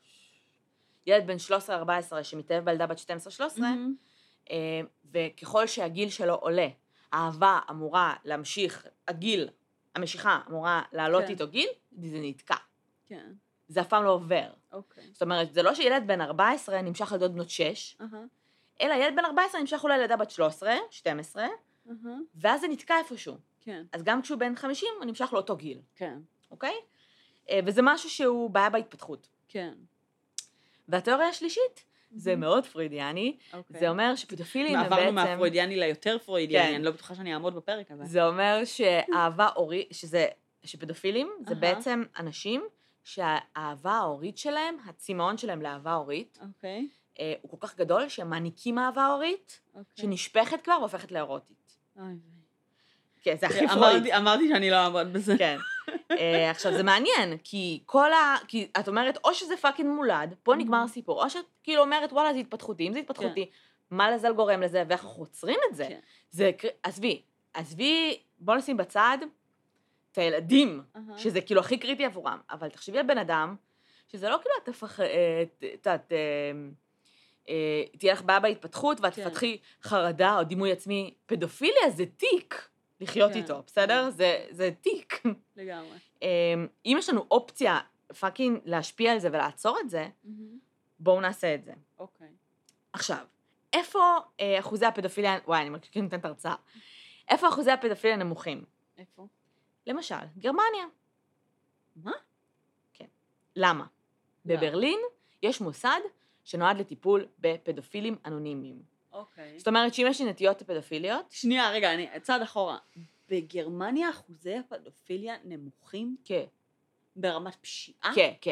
ילד בן שלוש עשרה ארבע עשרה שמתאהב בילדה בת שתים עשרה שלוש עשרה, מהמם. אה, וככל שהגיל שלו עולה, האהבה אמורה להמשיך, הגיל, המשיכה אמורה לעלות כן. איתו גיל, זה נתקע. כן, זה אף פעם לא עובר. אוקיי. זאת אומרת, זה לא שילד בן ארבע עשרה נמשך לדוד בנות שש, אהה, אלא ילד בן ארבע עשרה נמשך אולי לילדה בת שלוש עשרה, שתים עשרה, אהה. ואז זה נתקע איפשהו. כן, אז גם כשהוא בן חמישים, הוא נמשך לאותו גיל, כן. אוקיי? אה, וזה משהו שהוא בעיה בהתפתחות. כן. והתיאוריה השלישית, זה מאוד פרוידיאני, אוקיי. זה אומר שפדופילים הם בעצם... עברנו מהפרוידיאני ליותר פרוידיאני, כן. אני לא בטוחה שאני אעמוד בפרק הזה. זה אומר שאהבה הורית, שזה, שפדופילים זה אהה. בעצם אנשים שהאהבה ההורית שלהם, הצמאון שלהם לאהבה הורית, אוקיי. אה, הוא כל כך גדול שהם מעניקים אהבה הורית, אוקיי. שנשפכת כבר והופכת לאירוטית. אוי ויי. כן, זה הכי פרויד. אמרתי, אמרתי שאני לא אעמוד בזה. כן. אה, עכשיו, זה מעניין, כי כל ה... כי את אומרת, או שזה פאקינג מולד, פה נגמר הסיפור, או שאת כאילו אומרת, וואלה, זה התפתחותי, אם זה התפתחותי, מה לזל גורם לזה, ואיך אנחנו עוצרים את זה? כן. זה, עזבי, עזבי, בוא נשים בצד את הילדים, אהה. שזה כאילו הכי קריטי עבורם, אבל תחשבי על בן אדם, שזה לא כאילו את תפח... את... את... תהיה לך בעיה בהתפתחות, ואת כן. תפתחי חרדה או דימוי עצמי, פדופיליה זה תיק לחיות כן. איתו, בסדר? זה, זה תיק. לגמרי. אם יש לנו אופציה פאקינג להשפיע על זה ולעצור את זה, בואו נעשה את זה. אוקיי. עכשיו, איפה אה, אחוזי הפדופיליה, וואי, אני מרגישה נותנת הרצאה, איפה אחוזי הפדופיליה נמוכים? איפה? למשל, גרמניה. מה? כן. למה? למה? בברלין יש מוסד שנועד לטיפול בפדופילים אנונימיים. אוקיי. זאת אומרת שאם יש לי נטיות פדופיליות, שנייה, רגע, אני צעד אחורה. בגרמניה אחוזי הפדופיליה נמוכים כן, ברמת פשיעה? כן, כן.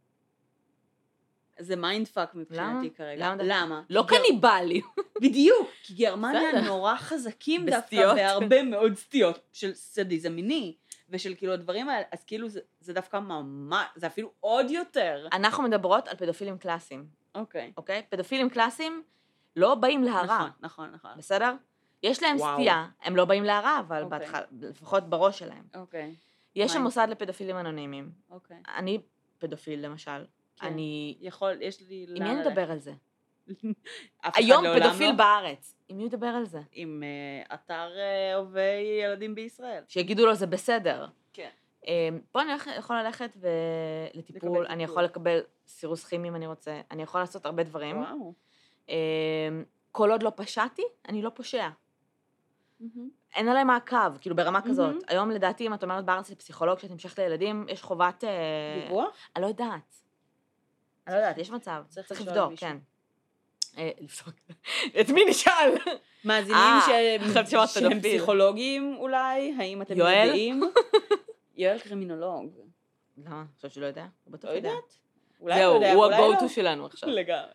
זה מיינד פאק מבחינתי למה? כרגע. למה? למה? לא כי גר- קניבלי. בדיוק, כי גרמניה בסדר. נורא חזקים דווקא בסטיות. בהרבה מאוד סטיות של סדיזם מיני, ושל כאילו הדברים האלה, אז כאילו זה, זה דווקא ממש, זה אפילו עוד יותר. אנחנו מדברות על פדופילים קלאסיים, אוקיי. אוקיי? פדופילים קלאסיים לא באים להרע, נכון, נכון, נכון. בסדר? יש להם וואו. סטייה, הם לא באים להרע, אבל אוקיי. בהתחלה, לפחות בראש שלהם. אוקיי, יש שם מה? מוסד לפדופילים אנונימיים. אוקיי. אני פדופיל, למשל. כן. אני... יכול, יש לי... עם מי נדבר על זה? אף אחד היום לעולם פדופיל לא. בארץ. עם מי נדבר על זה? עם אה, אתר אה, עובדי ילדים בישראל. שיגידו לו זה בסדר. כן. אה, פה אני הולכ- יכול ללכת ו... לטיפול, לקבל אני טיפול. יכול לקבל סירוס כימי אם אני רוצה, אני יכול לעשות הרבה דברים. וואו. אה, כל עוד לא פשעתי, אני לא פושע. מהמם. אין עליי מעקב, כאילו ברמה מהמם. כזאת. היום לדעתי, אם את אומרת בארץ לפסיכולוג שאת המשכת לילדים, יש חובת... אה, דיווח? אני לא יודעת. אני לא יודעת, יש מצב. צריך צריך לשאול לבדוק, מישהו. כן. אה, לבדוק. את מי נשאל? מאזינים אה, ש- חשבתי שמות שהם פדופיל. פסיכולוגים אולי, האם אתם יואל? יודעים? יואל קרימינולוג. למה? אני חושבת שלא יודע? הוא בטוח לא יודע. יודעת. אולי לא זהו, יודע, הוא אולי לא. ה-go-to שלנו עכשיו. לגמרי.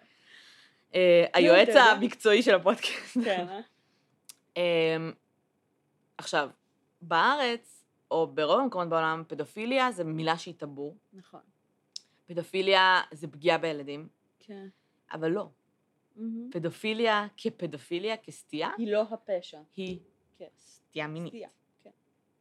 אה, היועץ אתה יודע. המקצועי של הפודקאסט. כן, אה? אמ, עכשיו, בארץ, או ברוב המקומות בעולם, פדופיליה זה מילה שהיא טאבו. נכון. פדופיליה זה פגיעה בילדים, כן. אבל לא. מהמם. פדופיליה כפדופיליה, כסטייה, היא לא הפשע. היא כן. סטייה מינית. סטייה. כן.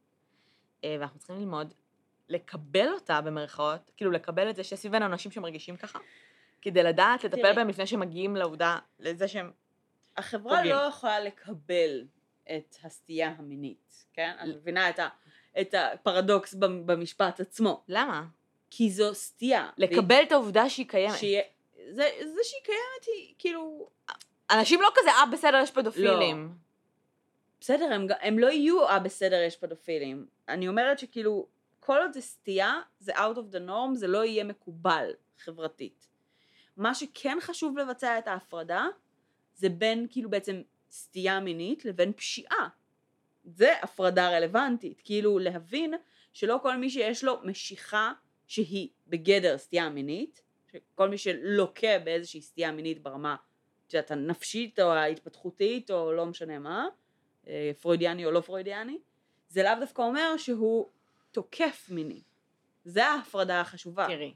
אה, ואנחנו צריכים ללמוד לקבל אותה במרכאות, כאילו לקבל את זה שיש סביבנו אנשים שמרגישים ככה, כדי לדעת לטפל תראי. בהם לפני שהם מגיעים לעובדה, לזה שהם... החברה פוגעים. לא יכולה לקבל את הסטייה המינית, כן? אני מבינה את ה- את הפרדוקס במ- במשפט עצמו. למה? כי זו סטייה. לקבל את העובדה שהיא קיימת. שהיא- זה זה שהיא קיימת היא כאילו... אנשים לא כזה, אה, בסדר, יש פדופילים. בסדר, הם, ג- הם לא יהיו, אה, בסדר, יש פדופילים. אני אומרת שכאילו, כל עוד זה סטייה, זה out of the norm, זה לא יהיה מקובל חברתית. מה שכן חשוב לבצע את ההפרדה, זה בין כאילו בעצם סטייה מינית לבין פשיעה. זה הפרדה רלוונטית. כאילו להבין שלא כל מי שיש לו משיכה שהיא בגדר סטייה מינית, שכל מי שלוקה באיזושהי סטייה מינית ברמה, שאת הנפשית או ההתפתחותית או לא משנה מה, אה, פרוידיאני או לא פרוידיאני, זה לאו דווקא אומר שהוא תוקף מיני. זה ההפרדה החשובה. תראי.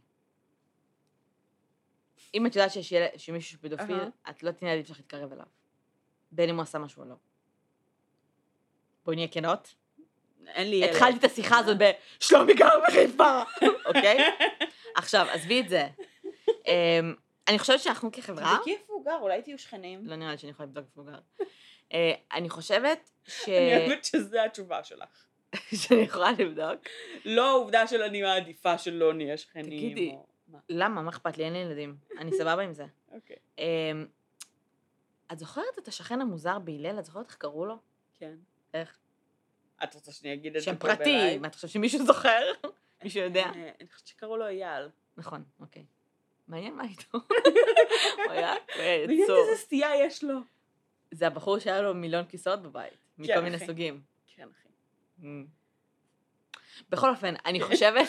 אם את יודעת שיש ילד- שמישהו פדופיל, אהה. את לא תנהל לי לך להתקרב אליו. בין אם הוא עשה משהו או לא. בואי נהיה כנות. אין לי ילד. התחלתי את השיחה הזאת בשלומי גר בחיפה, אוקיי? עכשיו, עזבי את זה. אמ, אני חושבת שאנחנו כחברה, תבדקי איפה הוא גר, אולי תהיו שכנים. לא נראה לי שאני יכולה לבדוק איפה הוא גר. אה, אני חושבת ש... אני אוהבת שזה התשובה שלך. שאני יכולה לבדוק. לא העובדה של אני מעדיפה שלא נהיה שכנים. תגידי. או- מה? למה? מה אכפת לי? אין לי ילדים. אני סבבה עם זה. אוקיי. אמ, את זוכרת את השכן המוזר בהלל? את זוכרת איך קראו לו? כן. איך? את רוצה שאני אגיד את זה שם פה בלייב? פרטי, מה אתה חושב שמישהו זוכר? מישהו יודע? אה, אני חושבת שקראו לו אייל. נכון, אוקיי. מעניין מה איתו. הוא היה מעניין יצור. איזה סטייה יש לו. זה הבחור שהיה לו מיליון כיסאות בבית, מכל מיני אחי. סוגים. כן, אחי. Mm. בכל אופן, אני חושבת...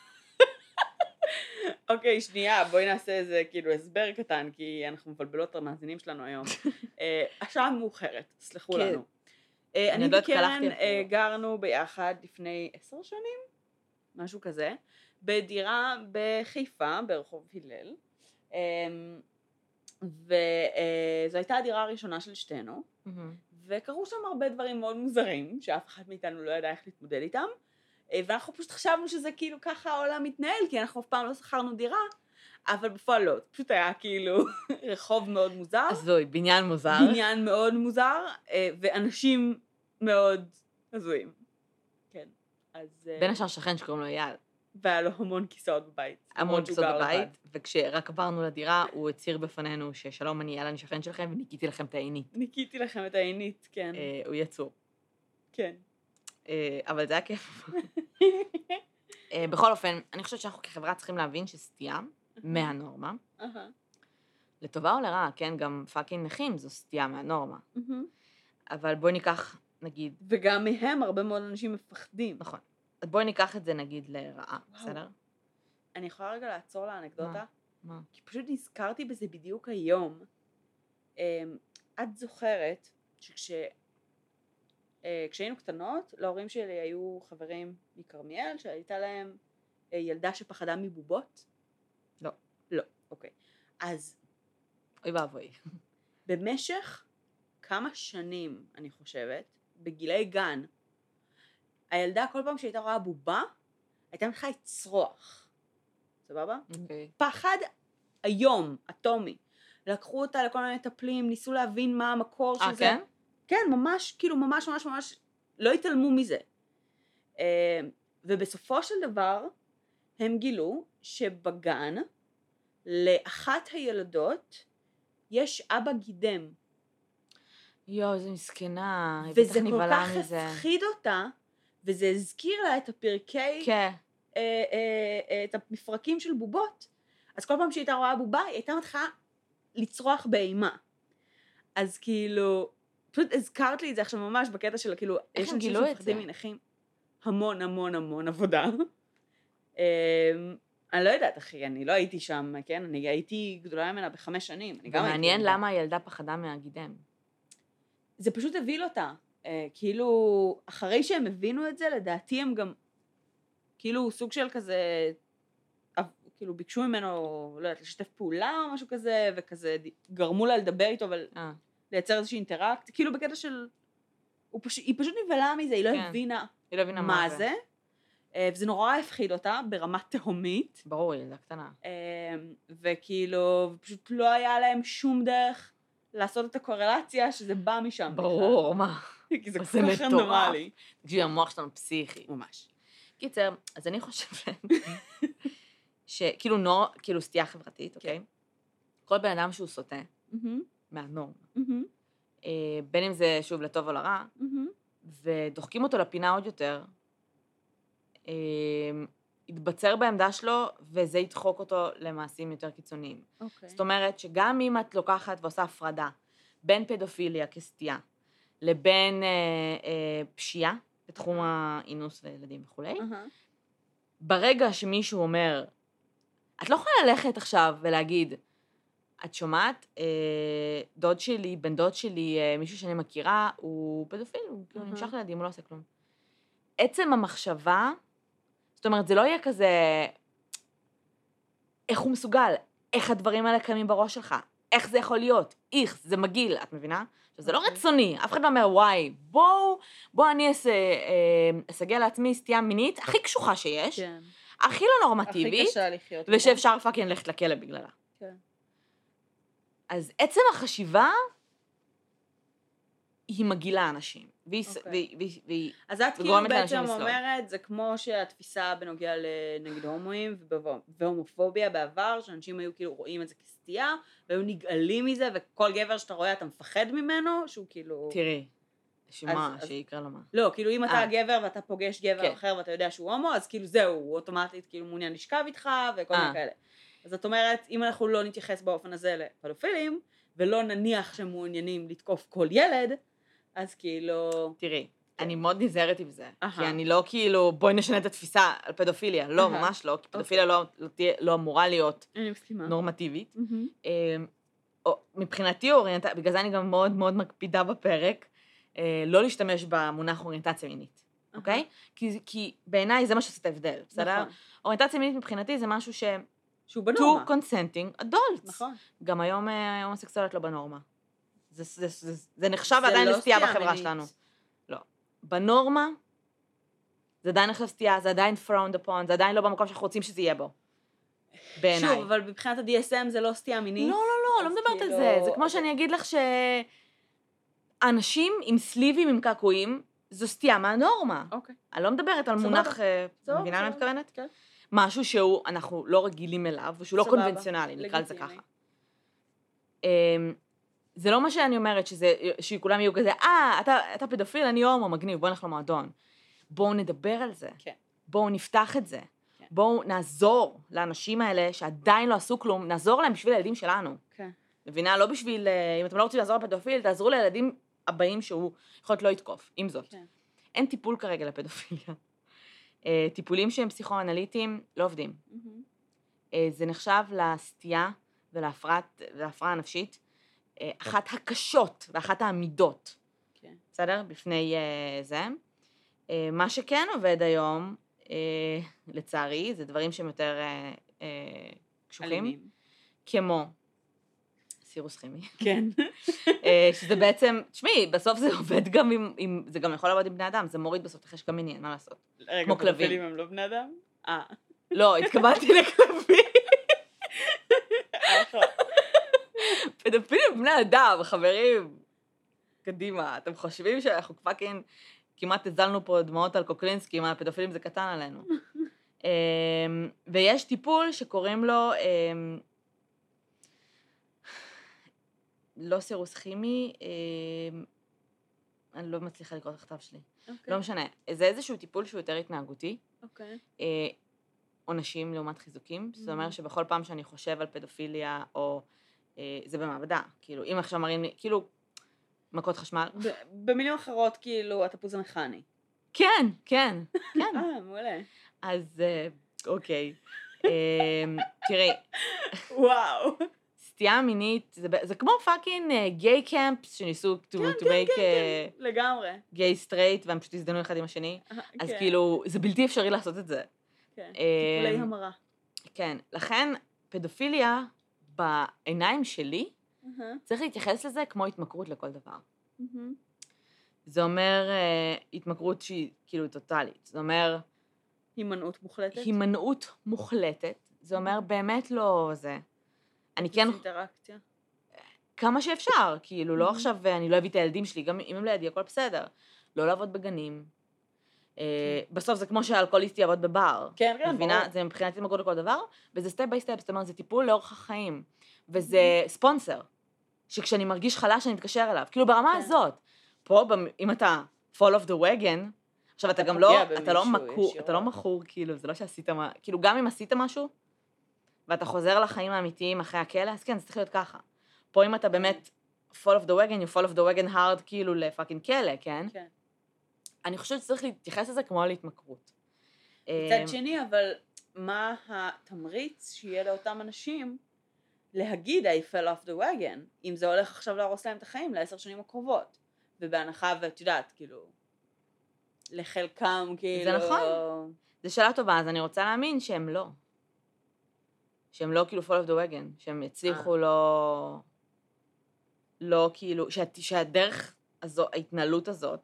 אוקיי, שנייה, בואי נעשה איזה כאילו הסבר קטן, כי אנחנו מבלבלות את המאזינים שלנו היום. אה, השעה מאוחרת, סלחו כן. לנו. אה, אני אני לא וקרן התקלחתי אה, אפילו. גרנו ביחד לפני עשר שנים, משהו כזה, בדירה בחיפה, ברחוב הלל, אה, וזו הייתה הדירה הראשונה של שתינו, מהמם. וקרו שם הרבה דברים מאוד מוזרים, שאף אחד מאיתנו לא ידע איך להתמודד איתם, אה, ואנחנו פשוט חשבנו שזה כאילו ככה העולם מתנהל, כי אנחנו אף פעם לא שכרנו דירה, אבל בפועל לא, זה פשוט היה כאילו רחוב מאוד מוזר, הזוי, בניין מוזר. בניין מאוד מוזר, אה, ואנשים מאוד הזויים. כן, אז... אה, בין השאר שכן שקוראים לו אייל. והיה לו המון כיסאות בבית. המון למרות שהוא כיסאות גר בבית, לבד. וכשרק עברנו לדירה, הוא הצהיר בפנינו ששלום, אני אייל, אני שכן שלכם, וניקיתי לכם את העינית. ניקיתי לכם את העינית, כן. אה, הוא יצור. כן. אה, אבל זה היה כיף. אה, בכל אופן, אני חושבת שאנחנו כחברה צריכים להבין שסטייה מהנורמה, אהה. לטובה או לרעה, כן, גם פאקינג נכים זו סטייה מהנורמה. מהמם. אבל בואי ניקח, נגיד, וגם מהם הרבה מאוד אנשים מפחדים. נכון, אז בואי ניקח את זה נגיד לרעה, וואו. בסדר? אני יכולה רגע לעצור לאנקדוטה? מה? כי פשוט נזכרתי בזה בדיוק היום. אמ, את זוכרת שכש... אה, כשהיינו קטנות, להורים שלי היו חברים מכרמיאל, שהייתה להם אה, ילדה שפחדה מבובות? לא. לא, אוקיי. אז אוי ואבוי. במשך כמה שנים, אני חושבת, בגילי גן, הילדה כל פעם שהייתה רואה בובה, הייתה מתחילה לצרוח. סבבה? אוקיי. פחד היום, אטומי. לקחו אותה לכל מיני מטפלים, ניסו להבין מה המקור של אה, זה. כן? כן, ממש, כאילו, ממש ממש ממש, לא התעלמו מזה. אה, ובסופו של דבר, הם גילו שבגן, לאחת הילדות, יש אבא גידם. יואו, איזה מסכנה. היא וזה בטח כל נבהלה כך מזה. הפחיד אותה, וזה הזכיר לה את הפרקי, כן. אה, אה, אה, את המפרקים של בובות. אז כל פעם שהיא הייתה רואה בובה, היא הייתה מתחילה לצרוח באימה. אז כאילו, פשוט הזכרת לי את זה עכשיו ממש בקטע של כאילו, איך יש הם אנשים גילו את שמפחדים זה? מנכים, המון המון המון עבודה. אמ, אני לא יודעת, אחי, אני לא הייתי שם, כן? אני הייתי גדולה ממנה בחמש שנים. אני גם הייתי ומעניין ילדה. למה הילדה פחדה מהגידם. זה פשוט הביא אותה. אה, כאילו, אחרי שהם הבינו את זה, לדעתי הם גם, כאילו, סוג של כזה, אה, כאילו, ביקשו ממנו, לא יודעת, לשתף פעולה או משהו כזה, וכזה, גרמו לה לדבר איתו, אבל אה, לייצר איזושהי אינטראקט, כאילו בקטע של, הוא פש... היא פשוט נבהלה מזה, היא לא כן. הבינה היא לא הבינה מה זה, אה, וזה נורא הפחיד אותה ברמה תהומית, ברור, היא ילדה קטנה. אה, וכאילו, פשוט לא היה להם שום דרך לעשות את הקורלציה שזה בא משם. ברור, מה? בכלל. כי זה זה כל כך מטורף. רנדומלי. תקשיבי, המוח שלנו פסיכי. ממש. קיצר, אז אני חושבת שכאילו נור, כאילו סטייה חברתית, אוקיי? כל בן אדם שהוא סוטה מהמם, מהנורמה, מהמם, אה, בין אם זה שוב לטוב או לרע, מהמם. ודוחקים אותו לפינה עוד יותר, אה, יתבצר בעמדה שלו, וזה ידחוק אותו למעשים יותר קיצוניים. אוקיי. זאת אומרת שגם אם את לוקחת ועושה הפרדה בין פדופיליה כסטייה, לבין אה, אה, פשיעה בתחום האינוס וילדים וכולי, אהה. ברגע שמישהו אומר, את לא יכולה ללכת עכשיו ולהגיד, את שומעת, אה, דוד שלי, בן דוד שלי, אה, מישהו שאני מכירה, הוא פדופיל, הוא כאילו אהה. נמשך לילדים, הוא לא עושה כלום. עצם המחשבה, זאת אומרת, זה לא יהיה כזה, איך הוא מסוגל, איך הדברים האלה קיימים בראש שלך, איך זה יכול להיות, איך, זה מגעיל, את מבינה? עכשיו, זה לא אוקיי. רצוני, אף אחד לא אומר, וואי, בואו, בואו אני אעשה, אה, אסגל לעצמי סטייה מינית, הכי קשוחה שיש, כן. הכי לא הכי נורמטיבית, קשה לחיות. ושאפשר פאקינג ללכת לכלא בגללה. כן. אז עצם החשיבה היא מגעילה אנשים, והיא, אוקיי. והיא, והיא, והיא, אז את כאילו וגורמת בעצם לאנשים לסלול. אומרת, זה כמו שהתפיסה בנוגע לנגד הומואים והומופוביה בעבר, שאנשים היו כאילו רואים את זה כסטייה, והיו נגעלים מזה, וכל גבר שאתה רואה אתה מפחד ממנו, שהוא כאילו... תראי, שמה, אז- אז- שיקרה לו מה. לא, כאילו אם אתה אה. גבר ואתה פוגש גבר כן. אחר ואתה יודע שהוא הומו, אז כאילו זהו, הוא אוטומטית כאילו מעוניין לשכב איתך וכל מיני אה. כאלה. אז זאת אומרת, אם אנחנו לא נתייחס באופן הזה לפדופילים, ולא נניח שהם מעוניינים לתקוף כל ילד, אז כאילו... תראי, אני מאוד נזהרת עם זה, כי אהה. אני לא כאילו, בואי נשנה את התפיסה על פדופיליה, לא, אהה. ממש לא, כי פדופיליה לא לא תהיה- לא אמורה להיות אני מסכימה. נורמטיבית. מהמם. אה, או- מבחינתי אוריינטציה, בגלל זה אני גם מאוד מאוד מקפידה בפרק, אה, לא להשתמש במונח אוריינטציה מינית, אוקיי? כי, כי בעיניי זה מה שעושה את ההבדל, בסדר? נכון. אוריינטציה מינית מבחינתי זה משהו ש... שהוא בנורמה. two consenting adults. נכון. גם היום אה, הומוסקסואליות לא בנורמה. זה, זה, זה, זה, זה נחשב זה עדיין לא לסטייה סטייה בחברה מינית. שלנו. לא. בנורמה, זה עדיין נחשב סטייה, זה עדיין frowned upon, זה עדיין לא במקום שאנחנו רוצים שזה יהיה בו. בעיניי. שוב, אבל מבחינת ה-די אס אם זה לא סטייה מינית. לא, לא, לא, לא אז מדברת על כאילו- זה. זה כמו שאני אגיד לך שאנשים עם סליבים, עם קעקועים, זו סטייה מהנורמה. אוקיי. אני לא מדברת על סבבה. מונח, אה, סבבה, מבינה מה אני סבבה. מתכוונת? כן. משהו שהוא, אנחנו לא רגילים אליו, ושהוא לא סבבה. קונבנציונלי, נקרא לזה לגיטימי. ככה. אמ, זה לא מה שאני אומרת, שזה, שכולם יהיו כזה, אה, אתה, אתה פדופיל, אני הומו, מגניב, בוא נלך למועדון. בואו נדבר על זה. כן. בואו נפתח את זה. כן. בואו נעזור לאנשים האלה שעדיין לא עשו כלום, נעזור להם בשביל הילדים שלנו. כן. מבינה? לא בשביל, אה, אם אתם לא רוצים לעזור לפדופיל, תעזרו לילדים הבאים שהוא יכול להיות לא יתקוף, עם זאת. כן. אין טיפול כרגע לפדופיליה. אה, טיפולים שהם פסיכואנליטיים לא עובדים. מהמם. אה, זה נחשב לסטייה ולהפרעת- ולהפרעה נפשית, אה, אחת הקשות ואחת העמידות, כן. בסדר? בפני אה, זה. אה, מה שכן עובד היום, אה, לצערי, זה דברים שהם יותר אה, אה, קשוחים, אלימים. כמו סירוס כימי. כן. אה, שזה בעצם, תשמעי, בסוף זה עובד גם עם, עם, זה גם יכול לעבוד עם בני אדם, זה מוריד בסוף את החשק המיני, אין מה לעשות. רגע, כמו כלבים. פדופילים הם לא בני אדם? אה. לא, התכוונתי לכלבים. פדופילים הם בני אדם, חברים. קדימה, אתם חושבים שאנחנו פאקינג, כמעט הזלנו פה דמעות על קוקלינסקי, מה הפדופילים זה קטן עלינו. אמ, ויש טיפול שקוראים לו, אמ, לא סירוס כימי, אמ, אני לא מצליחה לקרוא את הכתב שלי. אוקיי. לא משנה. זה איזשהו טיפול שהוא יותר התנהגותי. אוקיי. אה, עונשים לעומת חיזוקים, זאת אומרת Mhm. שבכל פעם שאני חושב על פדופיליה, או אה, זה במעבדה, כאילו, אם עכשיו מראים לי, כאילו, מכות חשמל. ב- במילים אחרות, כאילו, התפוז המכני. כן, כן, כן. אה, מעולה. אז אה, אוקיי. אה, תראי, וואו. סטייה מינית, זה, ב- זה כמו פאקינג גיי קמפס שניסו to, to make לגמרי. גיי סטרייט, והם פשוט הזדנו אחד עם השני, אז כן, כאילו, זה בלתי אפשרי לעשות את זה. כן. אה, טיפולי המרה. כן, לכן פדופיליה בעיניים שלי, אהה, צריך להתייחס לזה כמו התמכרות לכל דבר. מהמם. זה אומר אה, התמכרות שהיא כאילו טוטאלית, זה אומר הימנעות מוחלטת. הימנעות מוחלטת, זה אומר באמת לא זה. אני כן, אינטראקציה. כמה שאפשר, כאילו, לא Mhm. עכשיו אני לא אביא את הילדים שלי, גם אם הם לידי, הכל בסדר. לא לעבוד בגנים. אה, בסוף זה כמו שהאלכוהוליסט יעבוד בבר. כן, כן, מבינה? ברור. זה מבחינתי התמכרות לכל דבר, וזה סטפ ביי סטפ, זאת אומרת, זה טיפול לאורך החיים. וזה ספונסר, שכשאני מרגיש חלש אני מתקשר אליו. כאילו ברמה כן. הזאת. פה, במ- אם אתה fall of the wagon, עכשיו אתה אתה גם לא, פוגע אתה לא במישהו מכור, ישירות. אתה לא מכור, כאילו, זה לא שעשית מה, כאילו גם אם עשית משהו, ואתה חוזר לחיים האמיתיים אחרי הכלא, אז כן, זה צריך להיות ככה. פה אם אתה באמת fall of the wagon, you fall of the wagon hard, כאילו לפאקינג כלא, כן? כן. אני חושבת שצריך להתייחס לזה כמו להתמכרות. מצד שני, אבל מה התמריץ שיהיה לאותם אנשים להגיד I fell off the wagon, אם זה הולך עכשיו להרוס להם את החיים לעשר שנים הקרובות. ובהנחה, ואת יודעת, כאילו, לחלקם, כאילו... נכון. זו שאלה טובה, אז אני רוצה להאמין שהם לא. שהם לא כאילו fall of the wagon, שהם יצליחו לא... לא כאילו, שה, שהדרך הזו, ההתנהלות הזאת,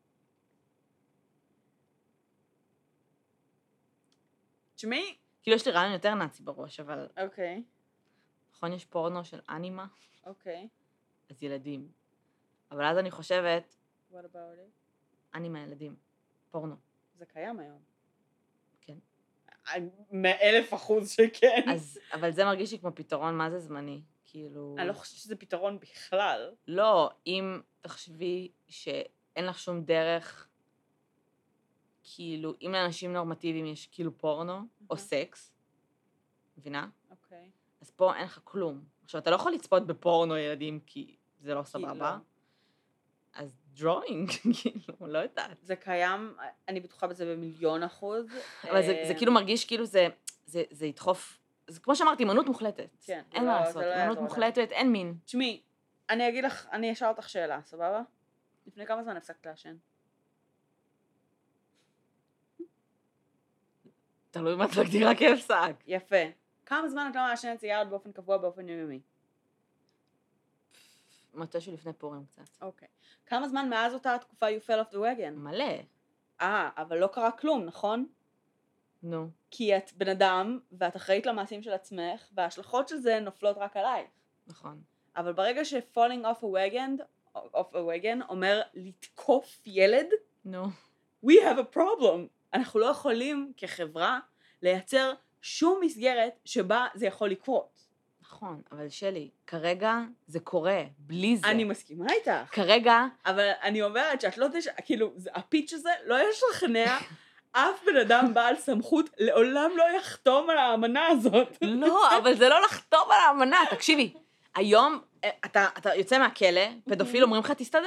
תשמעי? כאילו יש לי רעיון יותר נאצי בראש, אבל אוקיי, נכון יש פורנו של אנימה, אוקיי. אז ילדים. אבל אז אני חושבת, What about it? אנימה ילדים, פורנו. זה קיים היום. כן. מאלף אחוז שכן. אז, אבל זה מרגיש לי כמו פתרון, מה זה זמני? כאילו... אני לא חושבת שזה פתרון בכלל. לא, אם תחשבי שאין אין לך שום דרך, כאילו, אם לאנשים נורמטיביים יש כאילו פורנו, או סקס, מבינה? אוקיי. אז פה אין לך כלום. עכשיו, אתה לא יכול לצפות בפורנו ילדים, כי זה לא כי סבבה. לא. אז דרוינג, כאילו, לא יודעת. זה קיים, אני בטוחה בזה במיליון אחוז. אבל זה, זה כאילו מרגיש כאילו זה, זה, זה ידחוף, זה כמו שאמרתי, אמנות מוחלטת. כן, אין זה מה לא- לעשות, זה לא אמנות יעזור מוחלטת, אין מין. תשמעי, אני אגיד לך, אני אשאל אותך שאלה, סבבה? לפני כמה זמן הפסקת לעשן? תלוי מה את מגדירה כהפסק. יפה. כמה זמן את לא מעשנת סיגריות באופן קבוע, באופן יומיומי? מתי שלפני פורים קצת. אוקיי. כמה זמן מאז אותה התקופה you fell off the wagon? מלא. אה, אבל לא קרה כלום, נכון? נו. כי את בן אדם, ואת אחראית למעשים של עצמך, וההשלכות של זה נופלות רק עלייך. נכון. אבל ברגע ש-falling off a wagon, off a wagon אומר לתקוף ילד, נו. we have a problem. אנחנו לא יכולים כחברה לייצר שום מסגרת שבה זה יכול לקרות. נכון, אבל שלי, כרגע זה קורה, בלי זה. אני מסכימה איתך. כרגע, אבל אני אומרת שאת לא תש... כאילו, זה- הפיץ' הזה לא ישכנע אף בן אדם בעל סמכות לעולם לא יחתום על האמנה הזאת. לא, אבל זה לא לחתום על האמנה, תקשיבי. היום, אה, אתה, אתה יוצא מהכלא, פדופיל אומרים לך, תסתדר.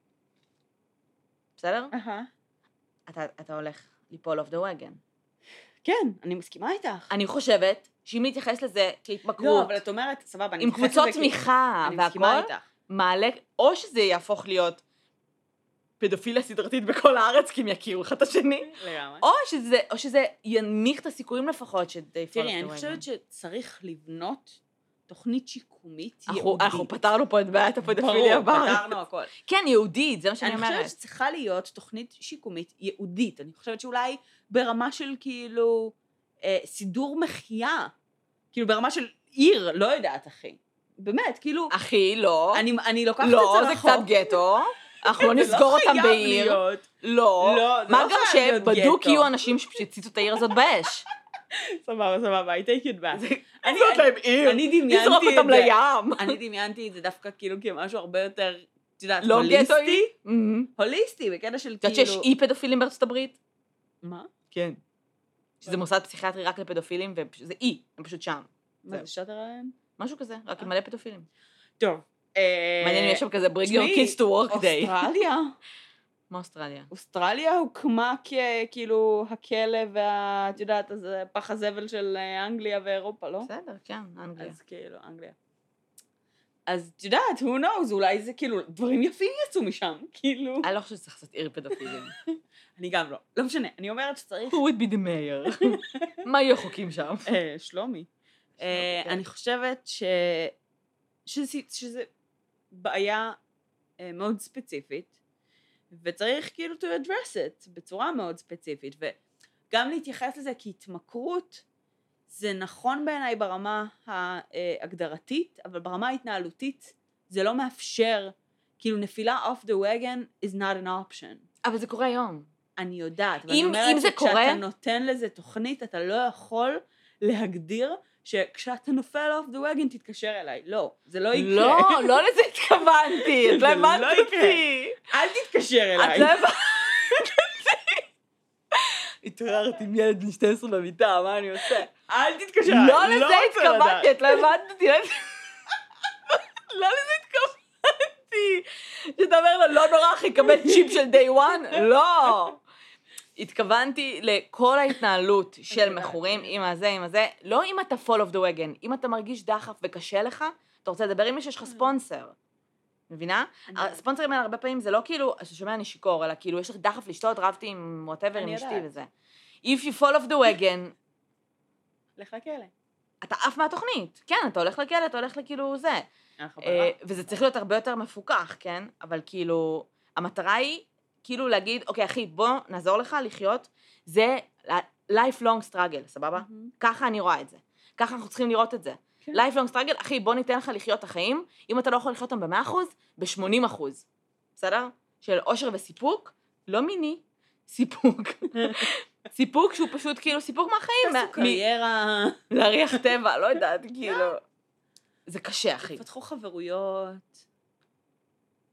בסדר? אהה. אתה, אתה הולך ליפול off the wagon. כן, אני מסכימה איתך. אני חושבת שאם להתייחס לזה לא, כהתמכרות, אבל את אומרת, סבבה, אני עם מתייחסת קבוצות לזה כי- תמיכה אני מסכימה והכל, איתך. מעלה, או שזה יהפוך להיות פדופיליה סדרתית בכל הארץ, כי הם יכירו אחד את השני, לגמרי. או שזה, או שזה ינמיך את הסיכויים לפחות ש-they fall תראי, off אני the wagon. חושבת שצריך לבנות תוכנית שיקומית אנחנו- ייעודית. אנחנו פתרנו פה את בעיית הפדופיליה ברור, בארץ. פתרנו הכל. כן, יהודית, זה מה שאני אני אומרת. חושבת שצריכה להיות תוכנית שיקומית ייעודית. אני חושבת שאולי ברמה של כאילו אה, סידור מחיה. כאילו ברמה של עיר, לא יודעת, אחי. באמת, כאילו, אחי, לא. אני, אני לוקחת לא, את זה זה רחוק. קצת גטו. אנחנו לא זה נסגור אותם חייב בעיר. להיות. לא. לא, זה מה לא גם חייב להיות שבדוק גטו. יהיו אנשים שפשוט הציצו את העיר הזאת באש. סבבה, סבבה, I take it back. אני- זאת להם עיר. אני דמיינתי נזרוק את אותם זה. לים. אני דמיינתי את זה דווקא כאילו כמשהו הרבה יותר, את יודעת, לא הוליסטי. גטואי. מהמם. הוליסטי, בקטע של את יודעת כאילו... שיש אי פדופילים בארצות הברית? מה? כן. שזה מוסד פסיכיאטרי רק לפדופילים, וזה אי, הם פשוט שם. מה זהו. זה שטר עליהם? משהו כזה, רק עם מלא פדופילים. טוב. מעניין אם יש שם כזה bring your תשמעי, kids to work day. אוסטרליה. מה אוסטרליה? אוסטרליה הוקמה ככאילו הכלא וה... את יודעת, אז פח הזבל של אנגליה ואירופה, לא? בסדר, כן, אנגליה. אז כאילו, אנגליה. אז את יודעת, who knows, אולי זה כאילו, דברים יפים יצאו משם, כאילו. אני לא חושבת שצריך לעשות עיר פדופילים. אני גם לא. לא משנה, אני אומרת שצריך... Who would be the mayor? מה יהיו החוקים שם? אה, שלומי. אה, כן. אני חושבת ש... שזה, שזה בעיה אה, מאוד ספציפית, וצריך כאילו to address it בצורה מאוד ספציפית, וגם להתייחס לזה כהתמכרות, זה נכון בעיניי ברמה ההגדרתית, אבל ברמה ההתנהלותית זה לא מאפשר, כאילו נפילה off the wagon is not an option. אבל זה קורה היום. אני יודעת, אבל אם- אני אומרת אם זה שכשאתה קורה- נותן לזה תוכנית, אתה לא יכול להגדיר שכשאתה נופל off the wagon תתקשר אליי. לא, זה לא יקרה. לא, לא לזה התכוונתי. את לא זה הבנת לא יקרה. אותי. אל תתקשר אליי. את לא הבנת אותי. התעוררתי עם ילד בן שתים עשרה במיטה, מה אני עושה? אל תתקשר אליי. לא לזה רוצה לדעת. התכוונתי, את לא הבנת אותי. לא לזה התכוונתי. שאתה אומר לו, לא נורא, אחי, קבל צ'יפ של day one? לא. התכוונתי לכל ההתנהלות של יודעת. מכורים, עם הזה, עם הזה, לא אם אתה fall of the wagon, אם אתה מרגיש דחף וקשה לך, אתה רוצה לדבר עם מי שיש לך ספונסר. מבינה? אני- הספונסרים האלה הרבה פעמים זה לא כאילו, אתה שומע אני שיכור, אלא כאילו יש לך דחף לשתות, רבתי עם whatever, עם אני אשתי יודעת. וזה. If you fall of the wagon, לך לכלא. אתה עף מהתוכנית. כן, אתה הולך לכלא, אתה הולך לכאילו זה. אין לך ברירה. אה, וזה צריך להיות הרבה יותר מפוקח, כן? אבל כאילו, המטרה היא כאילו להגיד, אוקיי, אחי, בוא נעזור לך לחיות, זה lifelong struggle, סבבה? מהמם. ככה אני רואה את זה. ככה אנחנו צריכים לראות את זה. כן. lifelong struggle, אחי, בוא ניתן לך לחיות את החיים, אם אתה לא יכול לחיות אותם ב-מאה אחוז, ב-שמונים אחוז. בסדר? של אושר וסיפוק, לא מיני, סיפוק. סיפוק שהוא פשוט כאילו סיפוק מהחיים. תעשו מ- קריירה. להריח טבע, לא יודעת, כאילו. זה קשה, אחי. תפתחו חברויות.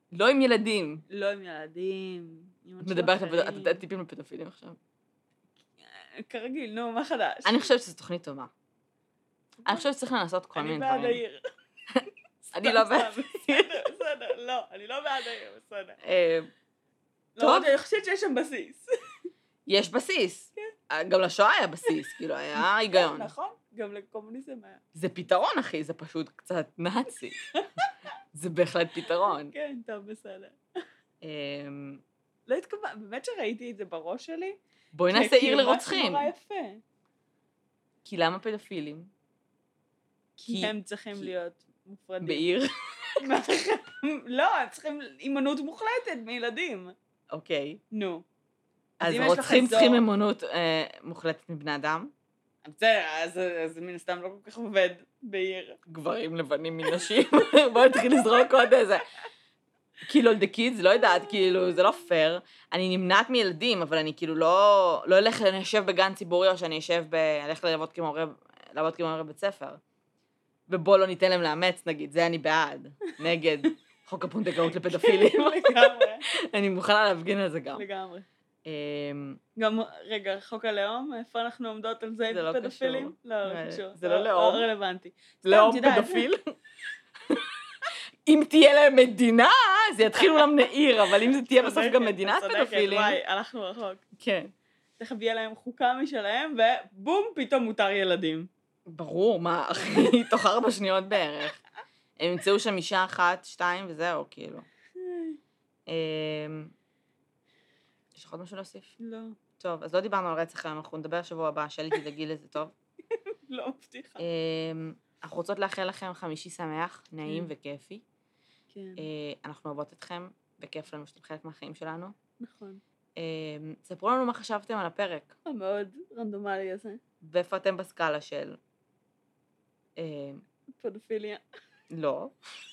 לא עם ילדים. לא עם ילדים, עם את אנשים מדברת אחרים. על פד- טיפים לפדופילים עכשיו. כרגיל, נו, מה חדש? אני חושבת שזו תוכנית טובה. אני חושבת שצריך לנסות כל מיני אני דברים. בעד העיר. אני לא בעד סתם, בסדר, בסדר, לא, אני לא בעד העיר, בסדר. אה, טוב. אני חושבת שיש שם בסיס. יש בסיס. גם לשואה היה בסיס, כאילו, היה היגיון. נכון, גם לקומוניזם היה. זה פתרון, אחי, זה פשוט קצת נאצי. זה בהחלט פתרון. כן, טוב, בסדר. אמ, לא התכוון, באמת שראיתי את זה בראש שלי. בואי נעשה עיר לרוצחים. כי נורא יפה. כי למה פדופילים? כי הם צריכים להיות מופרדים. בעיר. לא, הם צריכים אימנות מוחלטת מילדים. אוקיי. נו. אז אם יש לך רוצחים אזור- צריכים אמונות אה, מוחלטת מבני אדם? בסדר, אז אז מן הסתם לא כל כך עובד בעיר. גברים לבנים מנשים. בואי נתחיל לזרוק עוד איזה. כאילו, the kids, לא יודעת, כאילו, זה לא פייר. אני נמנעת מילדים, אבל אני כאילו לא, לא אלך לשב בגן ציבורי, או שאני אשב ב... אלך לעבוד כמורה, לעבוד כמורה בבית ספר. ובוא לא ניתן להם לאמץ, נגיד, זה אני בעד. נגד חוק הפונדקאות לפדופילים. לגמרי, אני מוכנה להפגין על זה גם. לגמרי. אמ, גם, רגע, חוק הלאום, איפה אנחנו עומדות על זה זה עם לא פדופילים? קשור. לא, זה- לא קשור. זה לא לאום. לא רלוונטי. סתם, לאום את יודעת. פדופיל? אם תהיה להם מדינה, זה יתחיל אולם נעיר, אבל אם זה תהיה בסוף צודקת, גם מדינת צודקת, פדופילים... וואי, הלכנו רחוק. כן. תכף יהיה להם חוקה משלהם, ובום, פתאום מותר ילדים. ברור, מה, אחי, תוך ארבע שניות בערך. הם ימצאו שם אישה אחת, שתיים, וזהו, כאילו. אמ, יש לך עוד משהו להוסיף? לא, טוב, אז לא דיברנו על רצח היום, אנחנו נדבר שבוע הבא, שלי תדאגי לזה טוב. לא מבטיחה. אמ, אנחנו רוצות לאחל לכם חמישי שמח, נעים כן. וכיפי. כן, אה, אנחנו אוהבות אתכם, וכיף לנו שאתם חלק מהחיים שלנו. נכון. אמ, ספרו לנו מה חשבתם על הפרק, המאוד רנדומלי הזה. ואיפה אתם בסקאלה של... אמ, פדופיליה. לא.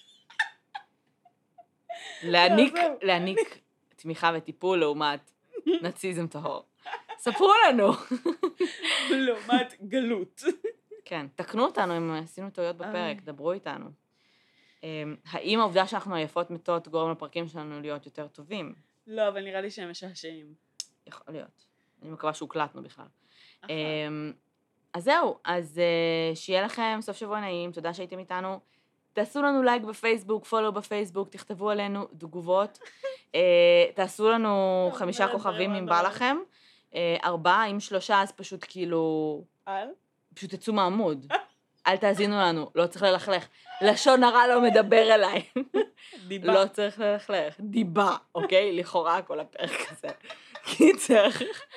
להעניק, זהו. להעניק תמיכה וטיפול לעומת נאציזם טהור. ספרו לנו. לעומת גלות. כן, תקנו אותנו אם עשינו טעויות בפרק, דברו איתנו. אמ, האם העובדה שאנחנו עייפות מתות גורם לפרקים שלנו להיות יותר טובים? לא, אבל נראה לי שהם משעשעים. יכול להיות. אני מקווה שהוקלטנו בכלל. אחלה. אמ, אז זהו, אז אה, שיהיה לכם סוף שבוע נעים, תודה שהייתם איתנו. תעשו לנו לייק בפייסבוק, פולו בפייסבוק, תכתבו עלינו תגובות. אה, תעשו לנו חמישה אומרת כוכבים דברים אם בא רנדומליים. לכם. אה, ארבעה, אם שלושה, אז פשוט כאילו... על? פשוט תצאו מהעמוד. אל תאזינו לנו, לא צריך ללכלך. לשון הרע לא מדבר אליי. דיבה. לא צריך ללכלך. דיבה, אוקיי? לכאורה כל הפרק הזה. קיצר.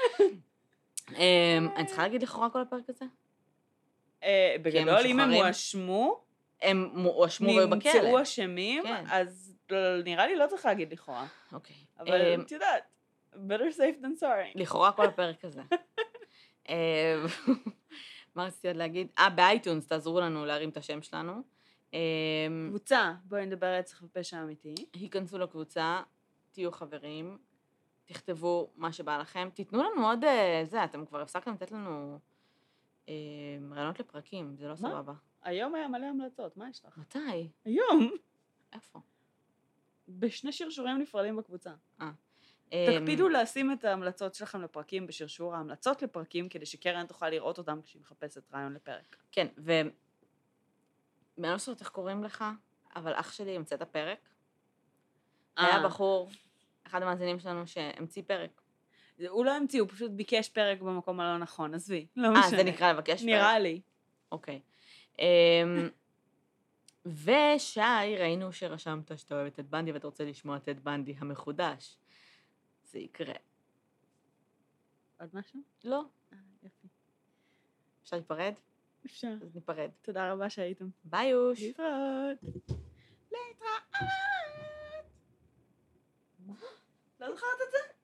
אמ, אני צריכה להגיד לכאורה כל הפרק הזה? אה, הם בגדול, אם הם משוחררים. הואשמו, הם הואשמו והיו בכלא. נמצאו אשמים, כן. אז לא- נראה לי לא צריך להגיד לכאורה. אוקיי. אבל אמ, את יודעת, better safe than sorry. לכאורה כל הפרק הזה. אמ, מה רציתי עוד להגיד? אה, באייטונס תעזרו לנו להרים את השם שלנו. אמ, קבוצה, בואי נדבר רצח ופשע אמיתי. היכנסו לקבוצה, תהיו חברים, תכתבו מה שבא לכם, תיתנו לנו עוד, אה, זה, אתם כבר הפסקתם לתת לנו אה, רעיונות לפרקים, זה לא מה? סבבה. היום היה מלא המלצות, מה יש לך? מתי? היום, איפה? בשני שרשורים נפרדים בקבוצה. אה. תקפידו לשים את ההמלצות שלכם לפרקים בשרשור ההמלצות לפרקים, כדי שקרן תוכל לראות אותם כשהיא מחפשת רעיון לפרק. כן, ו... אני לא זוכרת איך קוראים לך, אבל אח שלי המצא את הפרק. היה אה. בחור, אחד המאזינים שלנו שהמציא פרק. הוא לא המציא, הוא פשוט ביקש פרק במקום הלא נכון, עזבי, לא אה, משנה. זה נקרא לבקש פרק? נראה לי. אוקיי. אמ, ושי, ראינו שרשמת שאתה אוהב את טד בנדי ואתה רוצה לשמוע את טד בנדי המחודש. זה יקרה. עוד משהו? לא. אה, יופי. אפשר להיפרד? אפשר. אז ניפרד. תודה רבה שהייתם. ביי יוש. להתראות. להתראות. לא זוכרת את זה?